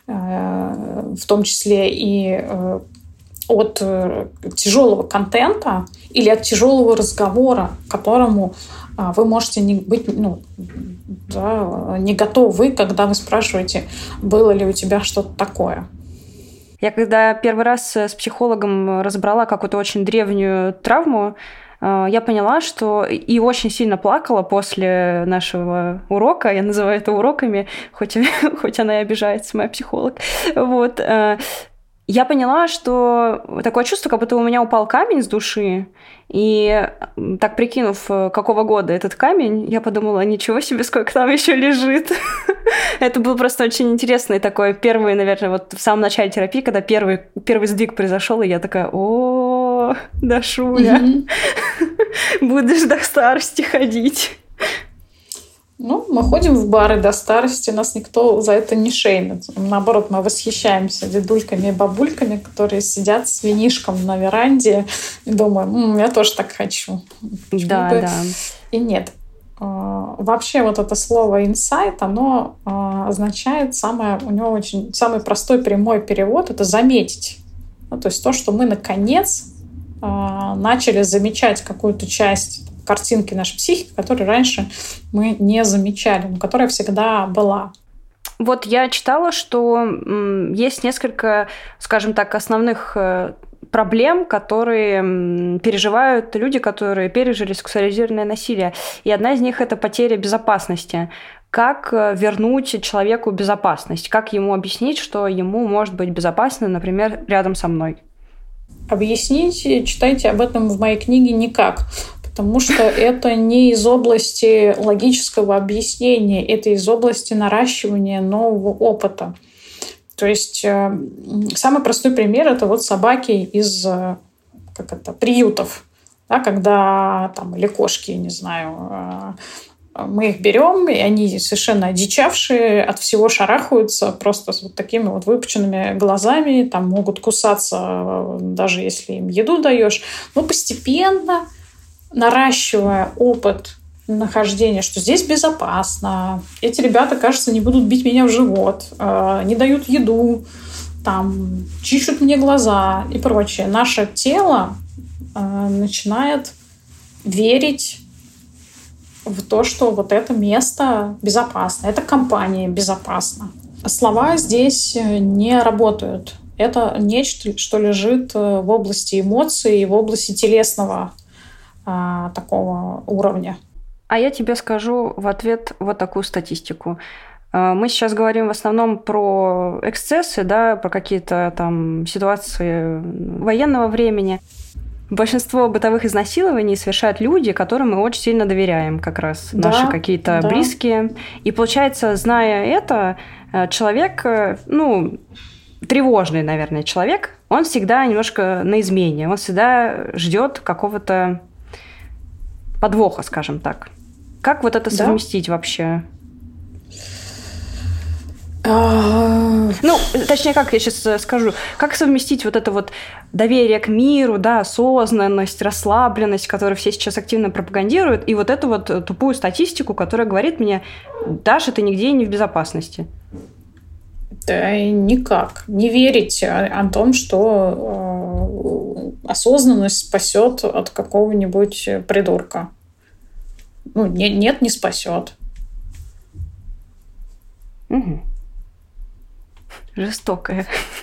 в том числе и э, от э, тяжелого контента или от тяжелого разговора, к которому э, вы можете не быть ну, да, не готовы, когда вы спрашиваете, было ли у тебя что-то такое. Я когда первый раз с психологом разобрала какую-то очень древнюю травму, я поняла, что и очень сильно плакала после нашего урока. Я называю это уроками, хоть, хоть она и обижается, моя психолог. Вот. Я поняла, что такое чувство, как будто у меня упал камень с души. И так прикинув, какого года этот камень, я подумала, ничего себе, сколько там еще лежит. Это был просто очень интересный такой первый, наверное, вот в самом начале терапии, когда первый, первый сдвиг произошел, и я такая, о, Дашуля, будешь до старости ходить. Ну, мы ходим в бары до старости, нас никто за это не шеймит. Наоборот, мы восхищаемся дедульками и бабульками, которые сидят с винишком на веранде и думают, М, я тоже так хочу. Почему да, бы да. И нет. Вообще вот это слово «инсайт», оно означает самое, у него очень самый простой прямой перевод — это «заметить». Ну, то есть то, что мы наконец начали замечать какую-то часть картинки нашей психики, которые раньше мы не замечали, но которая всегда была. Вот я читала, что есть несколько, скажем так, основных проблем, которые переживают люди, которые пережили сексуализированное насилие. И одна из них – это потеря безопасности. Как вернуть человеку безопасность? Как ему объяснить, что ему может быть безопасно, например, рядом со мной? Объяснить, читайте об этом в моей книге никак. Потому что это не из области логического объяснения, это из области наращивания нового опыта. То есть э, самый простой пример — это вот собаки из э, как это, приютов, да, когда там, или кошки, не знаю, э, мы их берем, и они совершенно одичавшие, от всего шарахаются, просто с вот такими вот выпученными глазами, там могут кусаться, даже если им еду даешь. Но постепенно, наращивая опыт нахождения, что здесь безопасно, эти ребята, кажется, не будут бить меня в живот, не дают еду, там, чищут мне глаза и прочее. Наше тело начинает верить в то, что вот это место безопасно, эта компания безопасна. Слова здесь не работают. Это нечто, что лежит в области эмоций и в области телесного а, такого уровня. А я тебе скажу в ответ вот такую статистику. Мы сейчас говорим в основном про эксцессы, да, про какие-то там ситуации военного времени. Большинство бытовых изнасилований совершают люди, которым мы очень сильно доверяем, как раз да, наши какие-то да. близкие. И получается, зная это, человек, ну, тревожный, наверное, человек, он всегда немножко на измене, он всегда ждет какого-то подвоха, скажем так. Как вот это совместить да? вообще? Ну, точнее, как я сейчас скажу, как совместить вот это вот доверие к миру, да, осознанность, расслабленность, которую все сейчас активно пропагандируют, и вот эту вот тупую статистику, которая говорит мне: Даша, ты нигде не в безопасности. Да, никак. Не верить о том, что осознанность спасет от какого-нибудь придурка. Ну, не, нет, не спасет. Угу. Жестокая.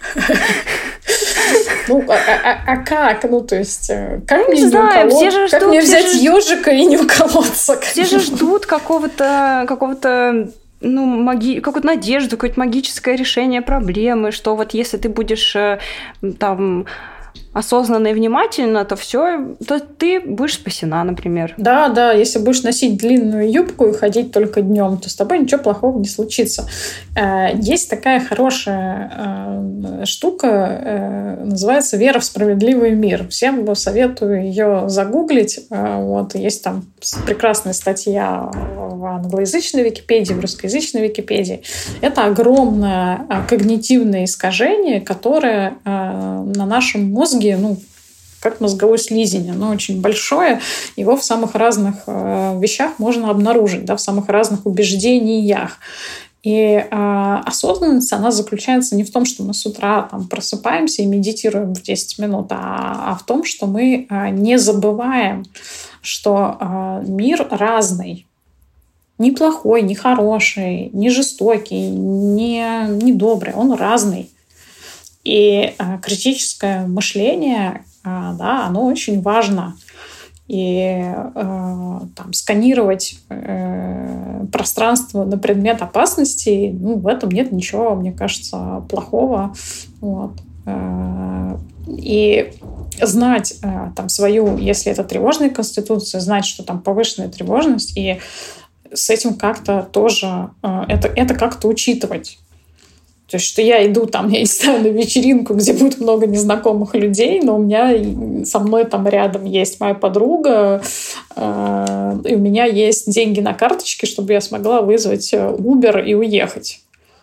Ну, а, а, а как? Ну, то есть, как ну, мне, не знаю, уколоть, все же как ждут, мне все взять же... ежика и не уколоться? Все же ждут какого-то, какого-то, ну, маги... какую-то надежду, какое-то магическое решение проблемы, что вот если ты будешь там осознанно и внимательно, то все, то ты будешь спасена, например. Да, да, если будешь носить длинную юбку и ходить только днем, то с тобой ничего плохого не случится. Есть такая хорошая штука, называется «Вера в справедливый мир». Всем советую ее загуглить. Вот, есть там прекрасная статья в англоязычной Википедии, в русскоязычной Википедии. Это огромное когнитивное искажение, которое на нашем мозге, ну, как мозговой слизень, оно очень большое, его в самых разных э, вещах можно обнаружить, да, в самых разных убеждениях. И э, осознанность, она заключается не в том, что мы с утра там, просыпаемся и медитируем в десять минут, а, а в том, что мы э, не забываем, что э, мир разный. Не плохой, не хороший, не жестокий, не, не добрый, он разный. И э, критическое мышление, э, да, оно очень важно. И э, там, сканировать э, пространство на предмет опасности, ну, в этом нет ничего, мне кажется, плохого. Вот. Э, и знать э, там, свою, если это тревожная конституция, знать, что там повышенная тревожность, и с этим как-то тоже, э, это, это как-то учитывать. То есть, что я иду там, я не знаю, на вечеринку, где будет много незнакомых людей, но у меня со мной там рядом есть моя подруга, э, и у меня есть деньги на карточке, чтобы я смогла вызвать Uber и уехать.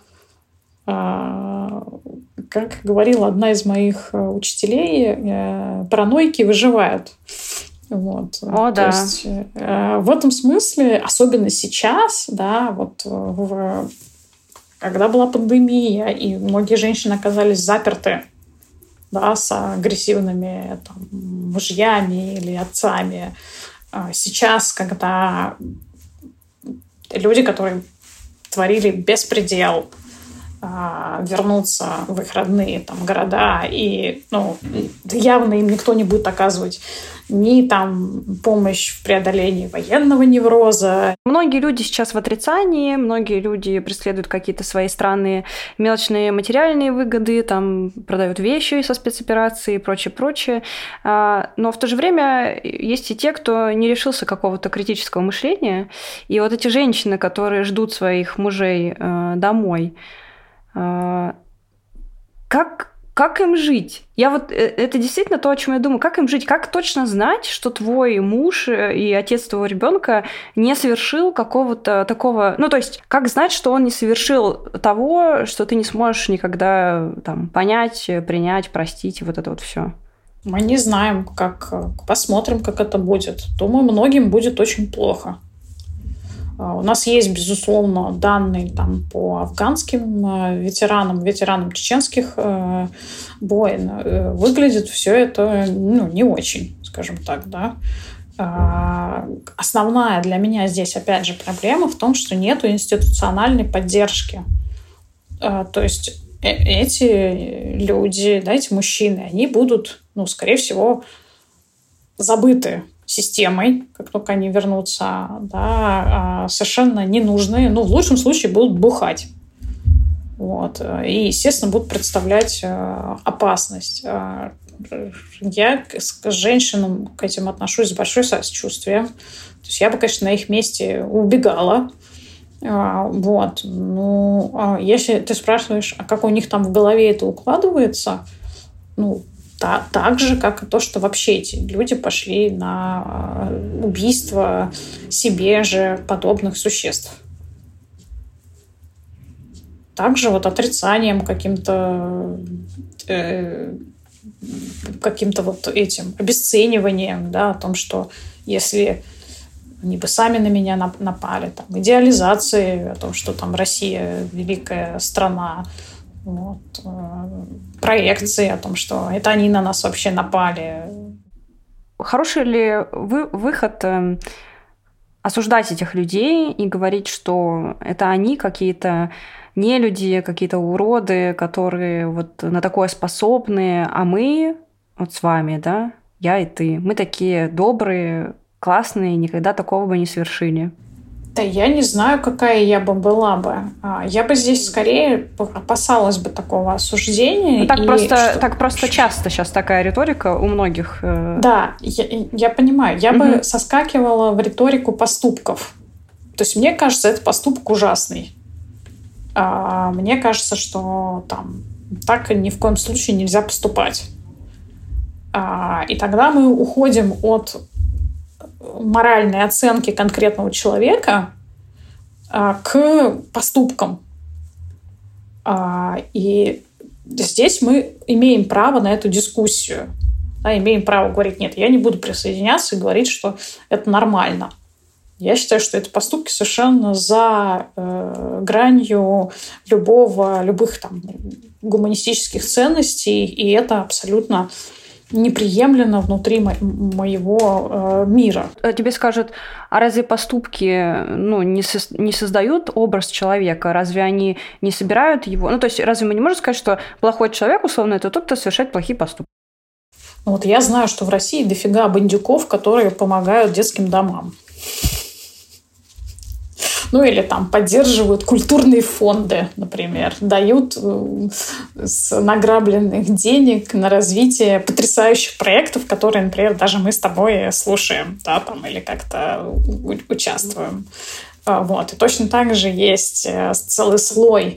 Э, как говорила одна из моих учителей, э, параноики выживают. Вот. О, То да. есть, э, в этом смысле, особенно сейчас, да, вот в когда была пандемия, и многие женщины оказались заперты, да, с агрессивными там, мужьями или отцами. Сейчас, когда люди, которые творили беспредел, вернуться в их родные там, города, и ну, явно им никто не будет оказывать ни там помощь в преодолении военного невроза. Многие люди сейчас в отрицании, многие люди преследуют какие-то свои странные мелочные материальные выгоды, там продают вещи со спецоперацией и прочее, прочее. Но в то же время есть и те, кто не решился какого-то критического мышления. И вот эти женщины, которые ждут своих мужей домой, как Как им жить? Я вот, это действительно то, о чем я думаю. Как им жить? Как точно знать, что твой муж и отец твоего ребенка не совершил какого-то такого... Ну, то есть, как знать, что он не совершил того, что ты не сможешь никогда там, понять, принять, простить, и вот это вот все? Мы не знаем, как... Посмотрим, как это будет. Думаю, многим будет очень плохо. У нас есть, безусловно, данные там, по афганским ветеранам, ветеранам чеченских э, войн. Выглядит все это ну, не очень, скажем так. Да? Э, основная для меня здесь, опять же, проблема в том, что нет институциональной поддержки. Э, то есть э- эти люди, да, эти мужчины, они будут, ну, скорее всего, забыты системой, как только они вернутся, да, совершенно ненужные. Ну, в лучшем случае будут бухать. Вот. И, естественно, будут представлять опасность. Я к женщинам к этим отношусь с большой сочувствием. То есть я бы, конечно, на их месте убегала. Вот. Ну, если ты спрашиваешь, а как у них там в голове это укладывается, ну, Да, так же, как и то, что вообще эти люди пошли на убийство себе же подобных существ. также вот отрицанием каким-то, э, каким-то вот этим обесцениванием, да, о том, что если они бы сами на меня напали, там, идеализацией о том, что там Россия великая страна, вот, проекции о том, что это они на нас вообще напали. Хороший ли вы, выход э, осуждать этих людей и говорить, что это они какие-то нелюди, какие-то уроды, которые вот на такое способны, а мы вот с вами, да, я и ты, мы такие добрые, классные, никогда такого бы не совершили? Да я не знаю, какая я бы была бы. Я бы здесь скорее опасалась бы такого осуждения. Ну, так, и просто, что... так просто часто сейчас такая риторика у многих. Да, я, я понимаю. Я угу. бы соскакивала в риторику поступков. То есть мне кажется, это поступок ужасный. А мне кажется, что там так ни в коем случае нельзя поступать. А, и тогда мы уходим от моральной оценки конкретного человека а, к поступкам. А, и здесь мы имеем право на эту дискуссию. Да, имеем право говорить, нет, я не буду присоединяться и говорить, что это нормально. Я считаю, что эти поступки совершенно за э, гранью любого, любых там, гуманистических ценностей, и это абсолютно неприемлемо внутри мо- моего э, мира. Тебе скажут, а разве поступки ну, не, со- не создают образ человека? Разве они не собирают его? Ну, то есть разве мы не можем сказать, что плохой человек, условно, это тот, кто совершает плохие поступки? Ну, вот я знаю, что в России дофига бандюков, которые помогают детским домам. Ну, или там поддерживают культурные фонды, например, дают с награбленных денег на развитие потрясающих проектов, которые, например, даже мы с тобой слушаем, да, там, или как-то участвуем. Вот. И точно так же есть целый слой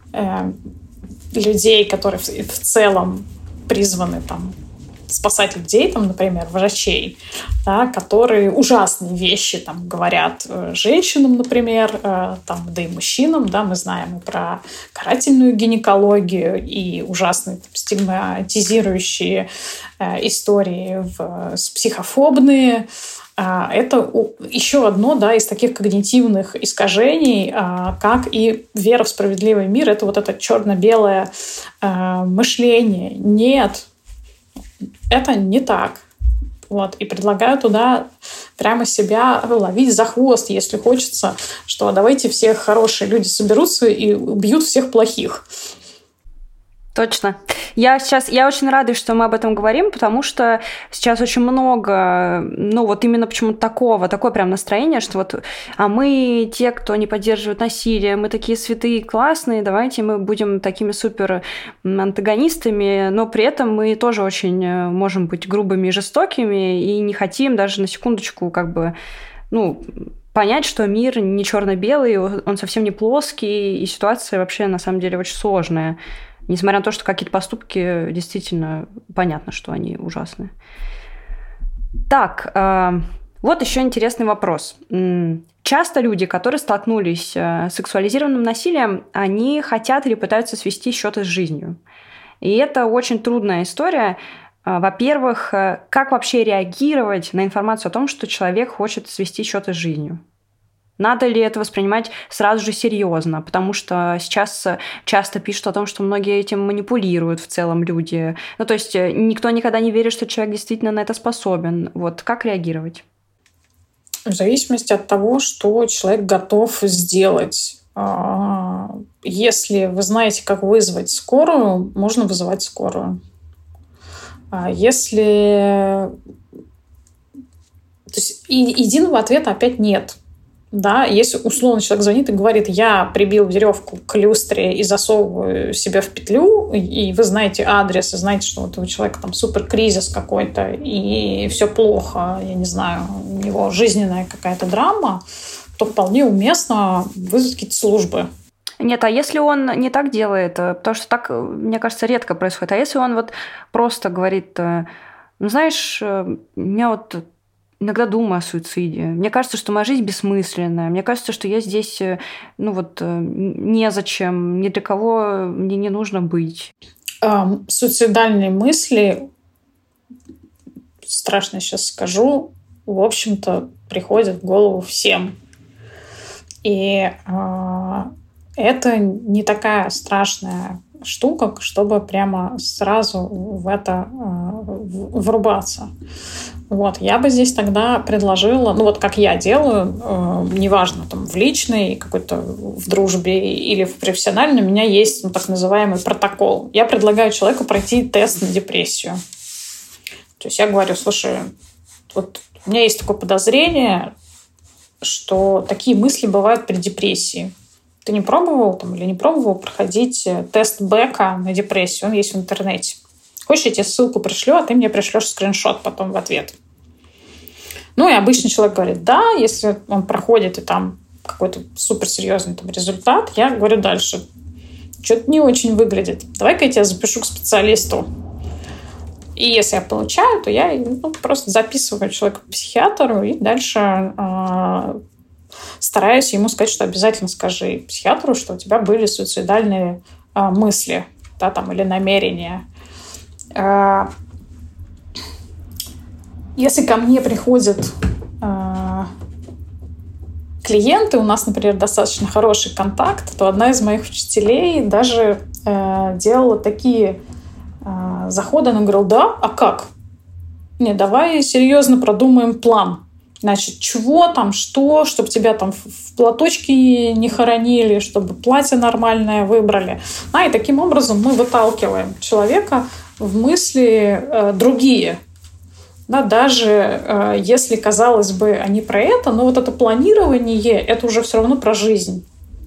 людей, которые в целом призваны там спасать людей, там, например, врачей, да, которые ужасные вещи там, говорят женщинам, например, э, там, да и мужчинам. Да, мы знаем и про карательную гинекологию, и ужасные там, стигматизирующие э, истории в, с психофобные. Э, это еще одно да, из таких когнитивных искажений, э, как и вера в справедливый мир. Это вот это черно-белое э, мышление. Нет, это не так. Вот. И предлагаю туда прямо себя ловить за хвост, если хочется, что давайте все хорошие люди соберутся и убьют всех плохих. Точно. Я сейчас, я очень рада, что мы об этом говорим, потому что сейчас очень много, ну вот именно почему-то такого, такое прям настроение, что вот, а мы те, кто не поддерживает насилие, мы такие святые, классные, давайте мы будем такими супер антагонистами, но при этом мы тоже очень можем быть грубыми и жестокими, и не хотим даже на секундочку как бы, ну, понять, что мир не черно-белый, он совсем не плоский, и ситуация вообще на самом деле очень сложная. Несмотря на то, что какие-то поступки действительно понятно, что они ужасные. Так, вот еще интересный вопрос. Часто люди, которые столкнулись с сексуализированным насилием, они хотят или пытаются свести счеты с жизнью. И это очень трудная история. Во-первых, как вообще реагировать на информацию о том, что человек хочет свести счеты с жизнью? Надо ли это воспринимать сразу же серьезно? Потому что сейчас часто пишут о том, что многие этим манипулируют в целом люди. Ну, то есть никто никогда не верит, что человек действительно на это способен. Вот как реагировать? В зависимости от того, что человек готов сделать. Если вы знаете, как вызвать скорую, можно вызывать скорую. Если... То есть единого ответа опять нет. Да, если условно человек звонит и говорит, я прибил веревку к люстре и засовываю себя в петлю, и вы знаете адрес, и знаете, что вот у человека там суперкризис какой-то, и все плохо, я не знаю, у него жизненная какая-то драма, то вполне уместно вызвать какие-то службы. Нет, а если он не так делает, потому что так, мне кажется, редко происходит, а если он вот просто говорит, ну, знаешь, у меня вот иногда думаю о суициде. Мне кажется, что моя жизнь бессмысленная. Мне кажется, что я здесь, ну вот, незачем, ни для кого мне не нужно быть. Эм, суицидальные мысли, страшно сейчас скажу, в общем-то, приходят в голову всем. И э, это не такая страшная штука, чтобы прямо сразу в это э, врубаться. Вот. Я бы здесь тогда предложила, ну вот как я делаю, э, неважно, там, в личной, какой-то в дружбе или в профессиональной, у меня есть, ну, так называемый протокол. Я предлагаю человеку пройти тест на депрессию. То есть я говорю, слушай, вот у меня есть такое подозрение, что такие мысли бывают при депрессии. Ты не пробовал там, или не пробовал проходить тест Бека на депрессию? Он есть в интернете. Хочешь, я тебе ссылку пришлю, а ты мне пришлешь скриншот потом в ответ. Ну и обычный человек говорит, да, если он проходит и там какой-то суперсерьезный там результат, я говорю дальше. Что-то не очень выглядит. Давай-ка я тебя запишу к специалисту. И если я получаю, то я ну, просто записываю человека к психиатру и дальше э, стараюсь ему сказать, что обязательно скажи психиатру, что у тебя были суицидальные э, мысли, да, там, или намерения. Э, если ко мне приходят э, клиенты, у нас, например, достаточно хороший контакт, то одна из моих учителей даже э, делала такие захода, она говорила, да, а как? Не, давай серьезно продумаем план. Значит, чего там, что, чтобы тебя там в платочке не хоронили, чтобы платье нормальное выбрали. А, и таким образом мы выталкиваем человека в мысли э, другие. Да, даже э, если, казалось бы, они про это, но вот это планирование, это уже все равно про жизнь.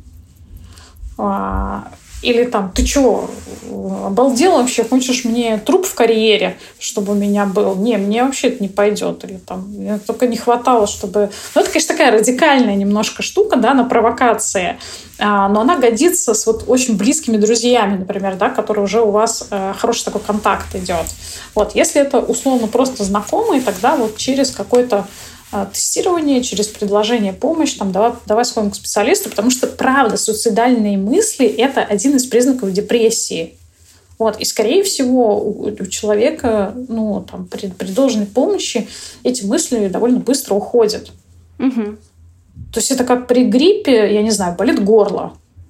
А, Или там, ты что, обалдел вообще, хочешь мне труп в карьере, чтобы у меня был? Не, мне вообще это не пойдет. Или там, мне только не хватало, чтобы... Ну, это, конечно, такая радикальная немножко штука, да, на провокации, а, но она годится с вот очень близкими друзьями, например, да, которые уже у вас э, хороший такой контакт идет. Вот, если это условно просто знакомые, тогда вот через какой-то тестирование, через предложение помощи, там, давай, давай сходим к специалисту, потому что, правда, суицидальные мысли – это один из признаков депрессии. Вот. И, скорее всего, у, у человека ну, там, при, при должной помощи эти мысли довольно быстро уходят. Угу. То есть это как при гриппе, я не знаю, болит горло.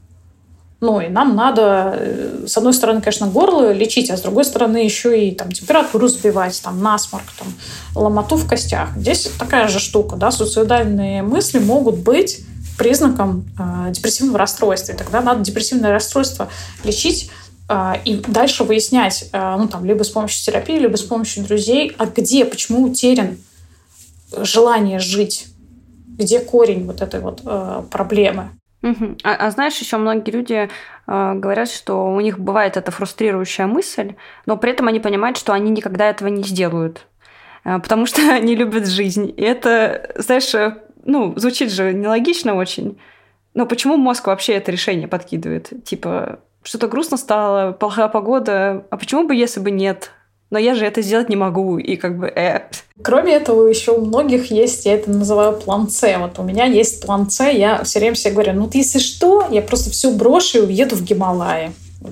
Ну, и нам надо, с одной стороны, конечно, горло лечить, а с другой стороны еще и там, температуру сбивать, там, насморк, там, ломоту в костях. Здесь такая же штука, да, суицидальные мысли могут быть признаком э, депрессивного расстройства. И тогда надо депрессивное расстройство лечить э, и дальше выяснять, э, ну, там, либо с помощью терапии, либо с помощью друзей, а где, почему утерян желание жить, где корень вот этой вот э, проблемы. Угу. А, а знаешь, еще многие люди э, говорят, что у них бывает эта фрустрирующая мысль, но при этом они понимают, что они никогда этого не сделают, э, потому что они любят жизнь. И это, знаешь, э, ну, звучит же нелогично очень, но почему мозг вообще это решение подкидывает? Типа, что-то грустно стало, плохая погода, а почему бы, если бы нет? Но я же это сделать не могу, и как бы... Э. Кроме этого, еще у многих есть, я это называю план С. Вот у меня есть план С, я все время себе говорю, ну вот если что, я просто все брошу и уеду в Гималаи. Вот.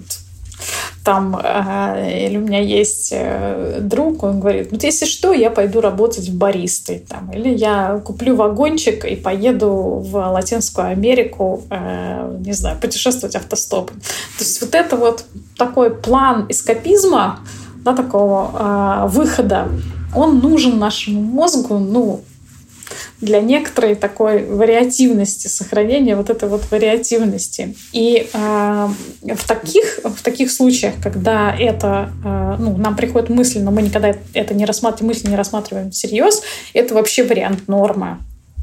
Там, э, или у меня есть э, друг, он говорит, вот если что, я пойду работать в баристой. Там, или я куплю вагончик и поеду в Латинскую Америку, э, не знаю, путешествовать автостопом. То есть вот это вот такой план эскапизма, да, такого э, выхода, он нужен нашему мозгу, ну, для некоторой такой вариативности, сохранения вот этой вот вариативности. И э, в, таких, в таких случаях, когда это, э, ну, нам приходит мысль, но мы никогда это не рассматриваем, мысль не рассматриваем всерьез, это вообще вариант нормы.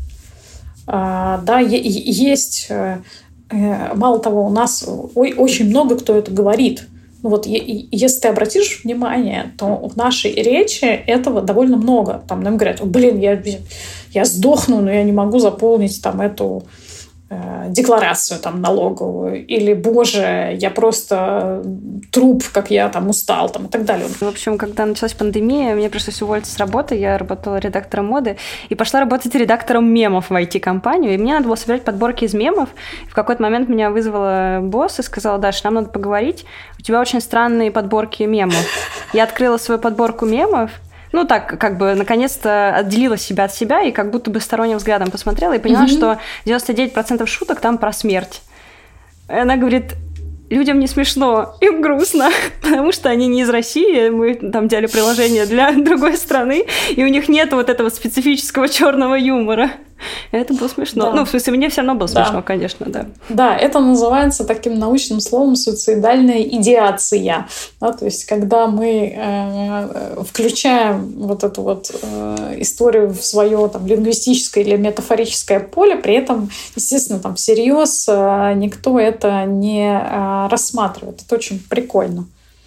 Э, да, есть, э, мало того, у нас очень много кто это говорит. Ну вот, если ты обратишь внимание, то в нашей речи этого довольно много. Там нам говорят, блин, я, я сдохну, но я не могу заполнить там эту декларацию там налоговую, или, боже, я просто труп, как я там устал, там, и так далее. В общем, когда началась пандемия, мне пришлось уволиться с работы, я работала редактором моды, и пошла работать редактором мемов в ай ти-компанию, и мне надо было собирать подборки из мемов. В какой-то момент меня вызвала босс и сказала: Даша, нам надо поговорить, у тебя очень странные подборки мемов. Я открыла свою подборку мемов, ну, так, как бы, наконец-то отделила себя от себя и как будто бы сторонним взглядом посмотрела и поняла, mm-hmm. что девяносто девять процентов шуток там про смерть. И она говорит: людям не смешно, им грустно, потому что они не из России, мы там делали приложение для другой страны, и у них нет вот этого специфического черного юмора. Это было смешно. Да. Ну, в смысле, мне все равно было смешно, да. конечно, да. Да, это называется таким научным словом суицидальная идеация. Да, то есть, когда мы э, включаем вот эту вот э, историю в свое там, лингвистическое или метафорическое поле, при этом, естественно, там всерьез э, никто это не э, рассматривает. Это очень прикольно.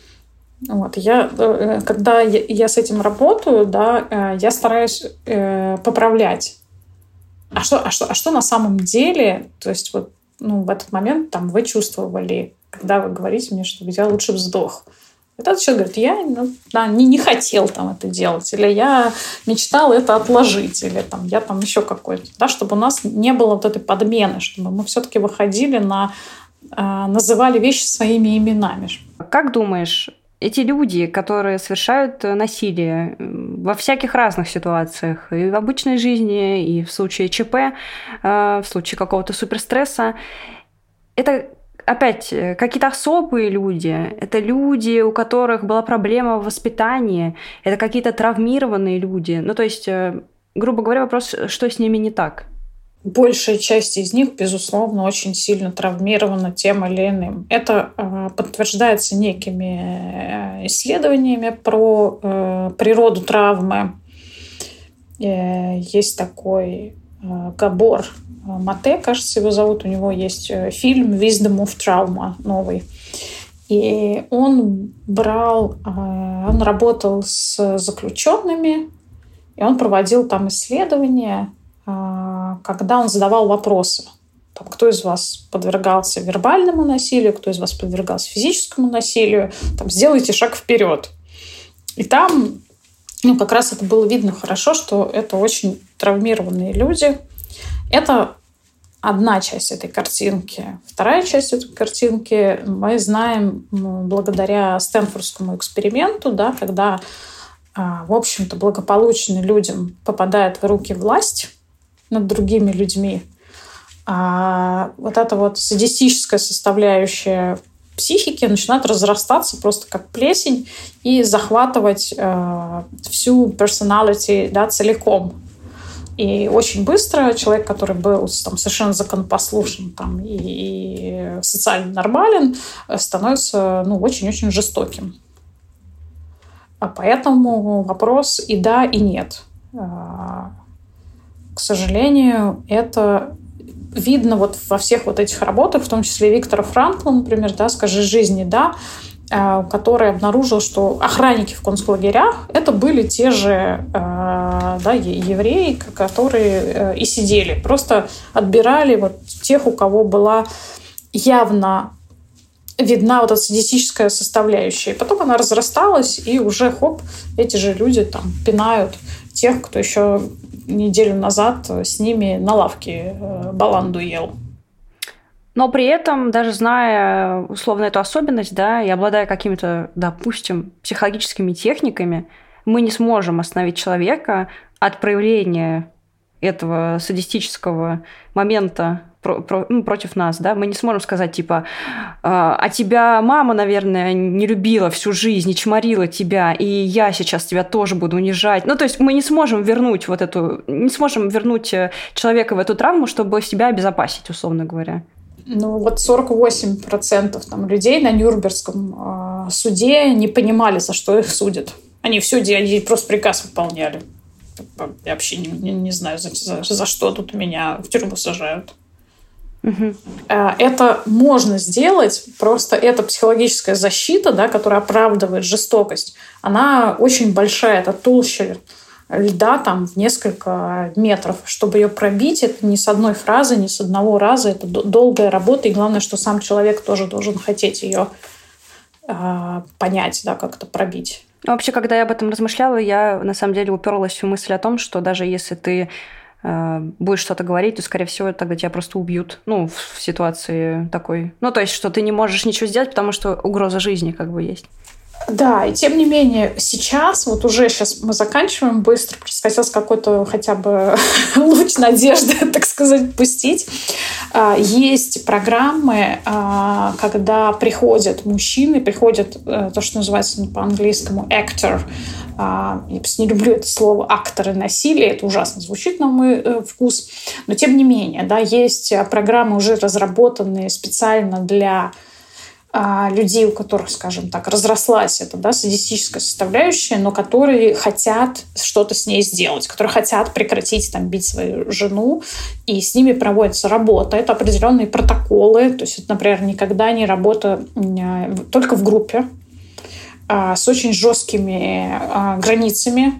Вот. Я, э, когда я, я с этим работаю, да, э, я стараюсь э, поправлять. А что, а, что, а что на самом деле, то есть вот, ну, в этот момент там, вы чувствовали, когда вы говорите мне, что я лучше бы сдох? Этот человек говорит: я ну, да, не, не хотел там это делать, или я мечтал это отложить, или там, я там еще какой-то, да, чтобы у нас не было вот этой подмены, чтобы мы все-таки выходили на, э, называли вещи своими именами. Как думаешь, эти люди, которые совершают насилие во всяких разных ситуациях, и в обычной жизни, и в случае ЧП, в случае какого-то суперстресса, это опять какие-то особые люди, это люди, у которых была проблема в воспитании, это какие-то травмированные люди. Ну, то есть, грубо говоря, вопрос, что с ними не так? Большая часть из них, безусловно, очень сильно травмирована тем или иным. Это э, подтверждается некими э, исследованиями про э, природу травмы. Э, есть такой э, Габор Мате, кажется, его зовут. У него есть фильм «Wisdom of Trauma» новый. И он брал, э, он работал с заключенными, и он проводил там исследования, когда он задавал вопросы. Там, кто из вас подвергался вербальному насилию, кто из вас подвергался физическому насилию, там, сделайте шаг вперед. И там ну, как раз это было видно хорошо, что это очень травмированные люди. Это одна часть этой картинки. Вторая часть этой картинки мы знаем благодаря Стэнфордскому эксперименту, да, когда, в общем-то, благополучным людям попадает в руки власть над другими людьми. А вот эта вот садистическая составляющая психики начинает разрастаться просто как плесень и захватывать э, всю personality, да, целиком. И очень быстро человек, который был там, совершенно законопослушен там, и, и социально нормален, становится ну, очень-очень жестоким. А поэтому вопрос и да, и нет. К сожалению, это видно вот во всех вот этих работах, в том числе Виктора Франкла, например, да, «Скажи жизни да», который обнаружил, что охранники в концлагерях это были те же да, евреи, которые и сидели. Просто отбирали вот тех, у кого была явно видна вот эта садистическая составляющая. И потом она разрасталась, и уже, хоп, эти же люди там пинают тех, кто еще неделю назад с ними на лавке баланду ел. Но при этом, даже зная условно эту особенность, да, и обладая какими-то, допустим, психологическими техниками, мы не сможем остановить человека от проявления этого садистического момента про, про, ну, против нас, да, мы не сможем сказать, типа, а тебя мама, наверное, не любила всю жизнь, не чморила тебя, и я сейчас тебя тоже буду унижать. Ну, то есть мы не сможем вернуть вот эту, не сможем вернуть человека в эту травму, чтобы себя обезопасить, условно говоря. Ну, вот сорок восемь процентов там, людей на Нюрнбергском э, суде не понимали, за что их судят. Они все делали, просто приказ выполняли. Я вообще не, не, не знаю, за, за, за что тут меня в тюрьму сажают. Угу. Это можно сделать, просто эта психологическая защита, да, которая оправдывает жестокость, она очень большая, это толще льда там в несколько метров. Чтобы ее пробить, это не с одной фразы, не с одного раза. Это долгая работа. И главное, что сам человек тоже должен хотеть ее э, понять, да, как это пробить. Вообще, когда я об этом размышляла, я на самом деле уперлась в мысль о том, что даже если ты э, будешь что-то говорить, то, скорее всего, тогда тебя просто убьют. Ну, в ситуации такой. Ну, то есть, что ты не можешь ничего сделать, потому что угроза жизни как бы есть. Да, и тем не менее, сейчас, вот уже сейчас мы заканчиваем быстро, просто хотелось какой-то хотя бы луч надежды, так сказать, пустить. Есть программы, когда приходят мужчины, приходят то, что называется по-английскому actor. Я просто не люблю это слово акторы насилия, это ужасно звучит на мой вкус, но тем не менее, да, есть программы уже разработанные специально для людей, у которых, скажем так, разрослась эта, да, садистическая составляющая, но которые хотят что-то с ней сделать, которые хотят прекратить там, бить свою жену, и с ними проводится работа. Это определенные протоколы, то есть, это, например, никогда не работа только в группе, с очень жесткими границами,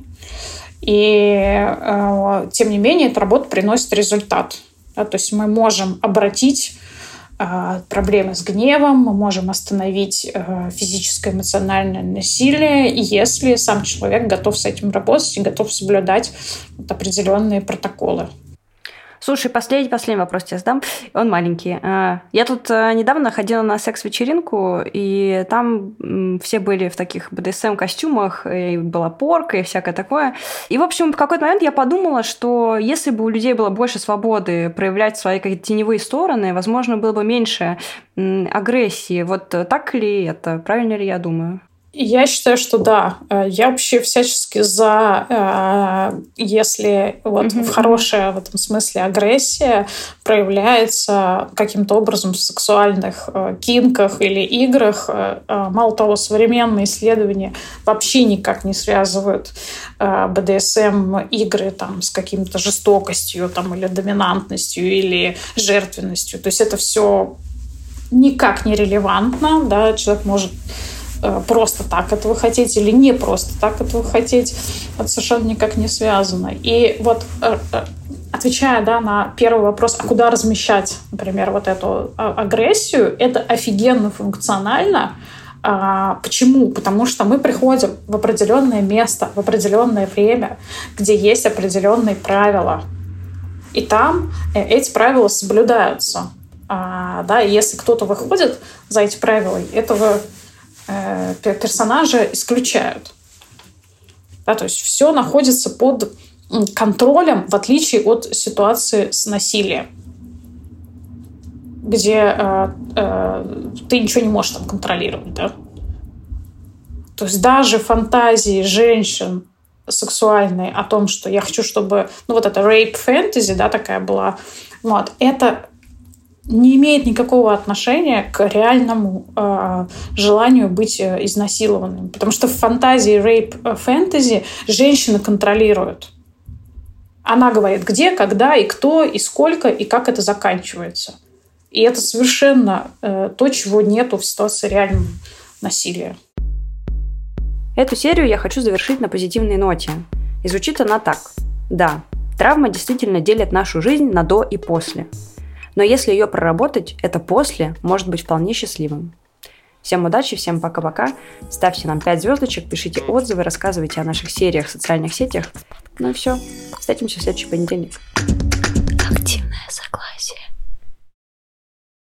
и тем не менее эта работа приносит результат. Да, то есть мы можем обратить проблемы с гневом, мы можем остановить физическое, эмоциональное насилие, если сам человек готов с этим работать и готов соблюдать вот определенные протоколы. Слушай, последний, последний вопрос тебе задам. Он маленький. Я тут недавно ходила на секс-вечеринку, и там все были в таких бэ дэ эс эм-костюмах, и была порка, и всякое такое. И, в общем, в какой-то момент я подумала, что если бы у людей было больше свободы проявлять свои какие-то теневые стороны, возможно, было бы меньше агрессии. Вот так ли это? Правильно ли я думаю? Я считаю, что да. Я вообще всячески за, если вот mm-hmm. в хорошая в этом смысле агрессия проявляется каким-то образом в сексуальных кинках или играх. Мало того, современные исследования вообще никак не связывают бэ дэ эс эм-игры там, с каким-то жестокостью там, или доминантностью, или жертвенностью. То есть это все никак не релевантно. Да? Человек может просто так этого хотеть или не просто так этого хотеть, это совершенно никак не связано. И вот отвечая, да, на первый вопрос, а куда размещать, например, вот эту агрессию, это офигенно функционально. Почему? Потому что мы приходим в определенное место, в определенное время, где есть определенные правила. И там эти правила соблюдаются. Да, и если кто-то выходит за эти правила, этого персонажа исключают. Да, то есть все находится под контролем, в отличие от ситуации с насилием, где э, э, ты ничего не можешь там контролировать. Да? То есть даже фантазии женщин сексуальные о том, что я хочу, чтобы... Ну вот это rape fantasy, да, такая была. Вот, это не имеет никакого отношения к реальному э, желанию быть изнасилованным. Потому что в фантазии rape фэнтези женщина контролирует. Она говорит, где, когда, и кто, и сколько, и как это заканчивается. И это совершенно э, то, чего нету в ситуации реального насилия. Эту серию я хочу завершить на позитивной ноте. И звучит она так. Да, травма действительно делит нашу жизнь на до и после. Но если ее проработать, это после может быть вполне счастливым. Всем удачи, всем пока-пока. Ставьте нам пять звездочек, пишите отзывы, рассказывайте о наших сериях в социальных сетях. Ну и все. Встретимся в следующий понедельник. Активное согласие.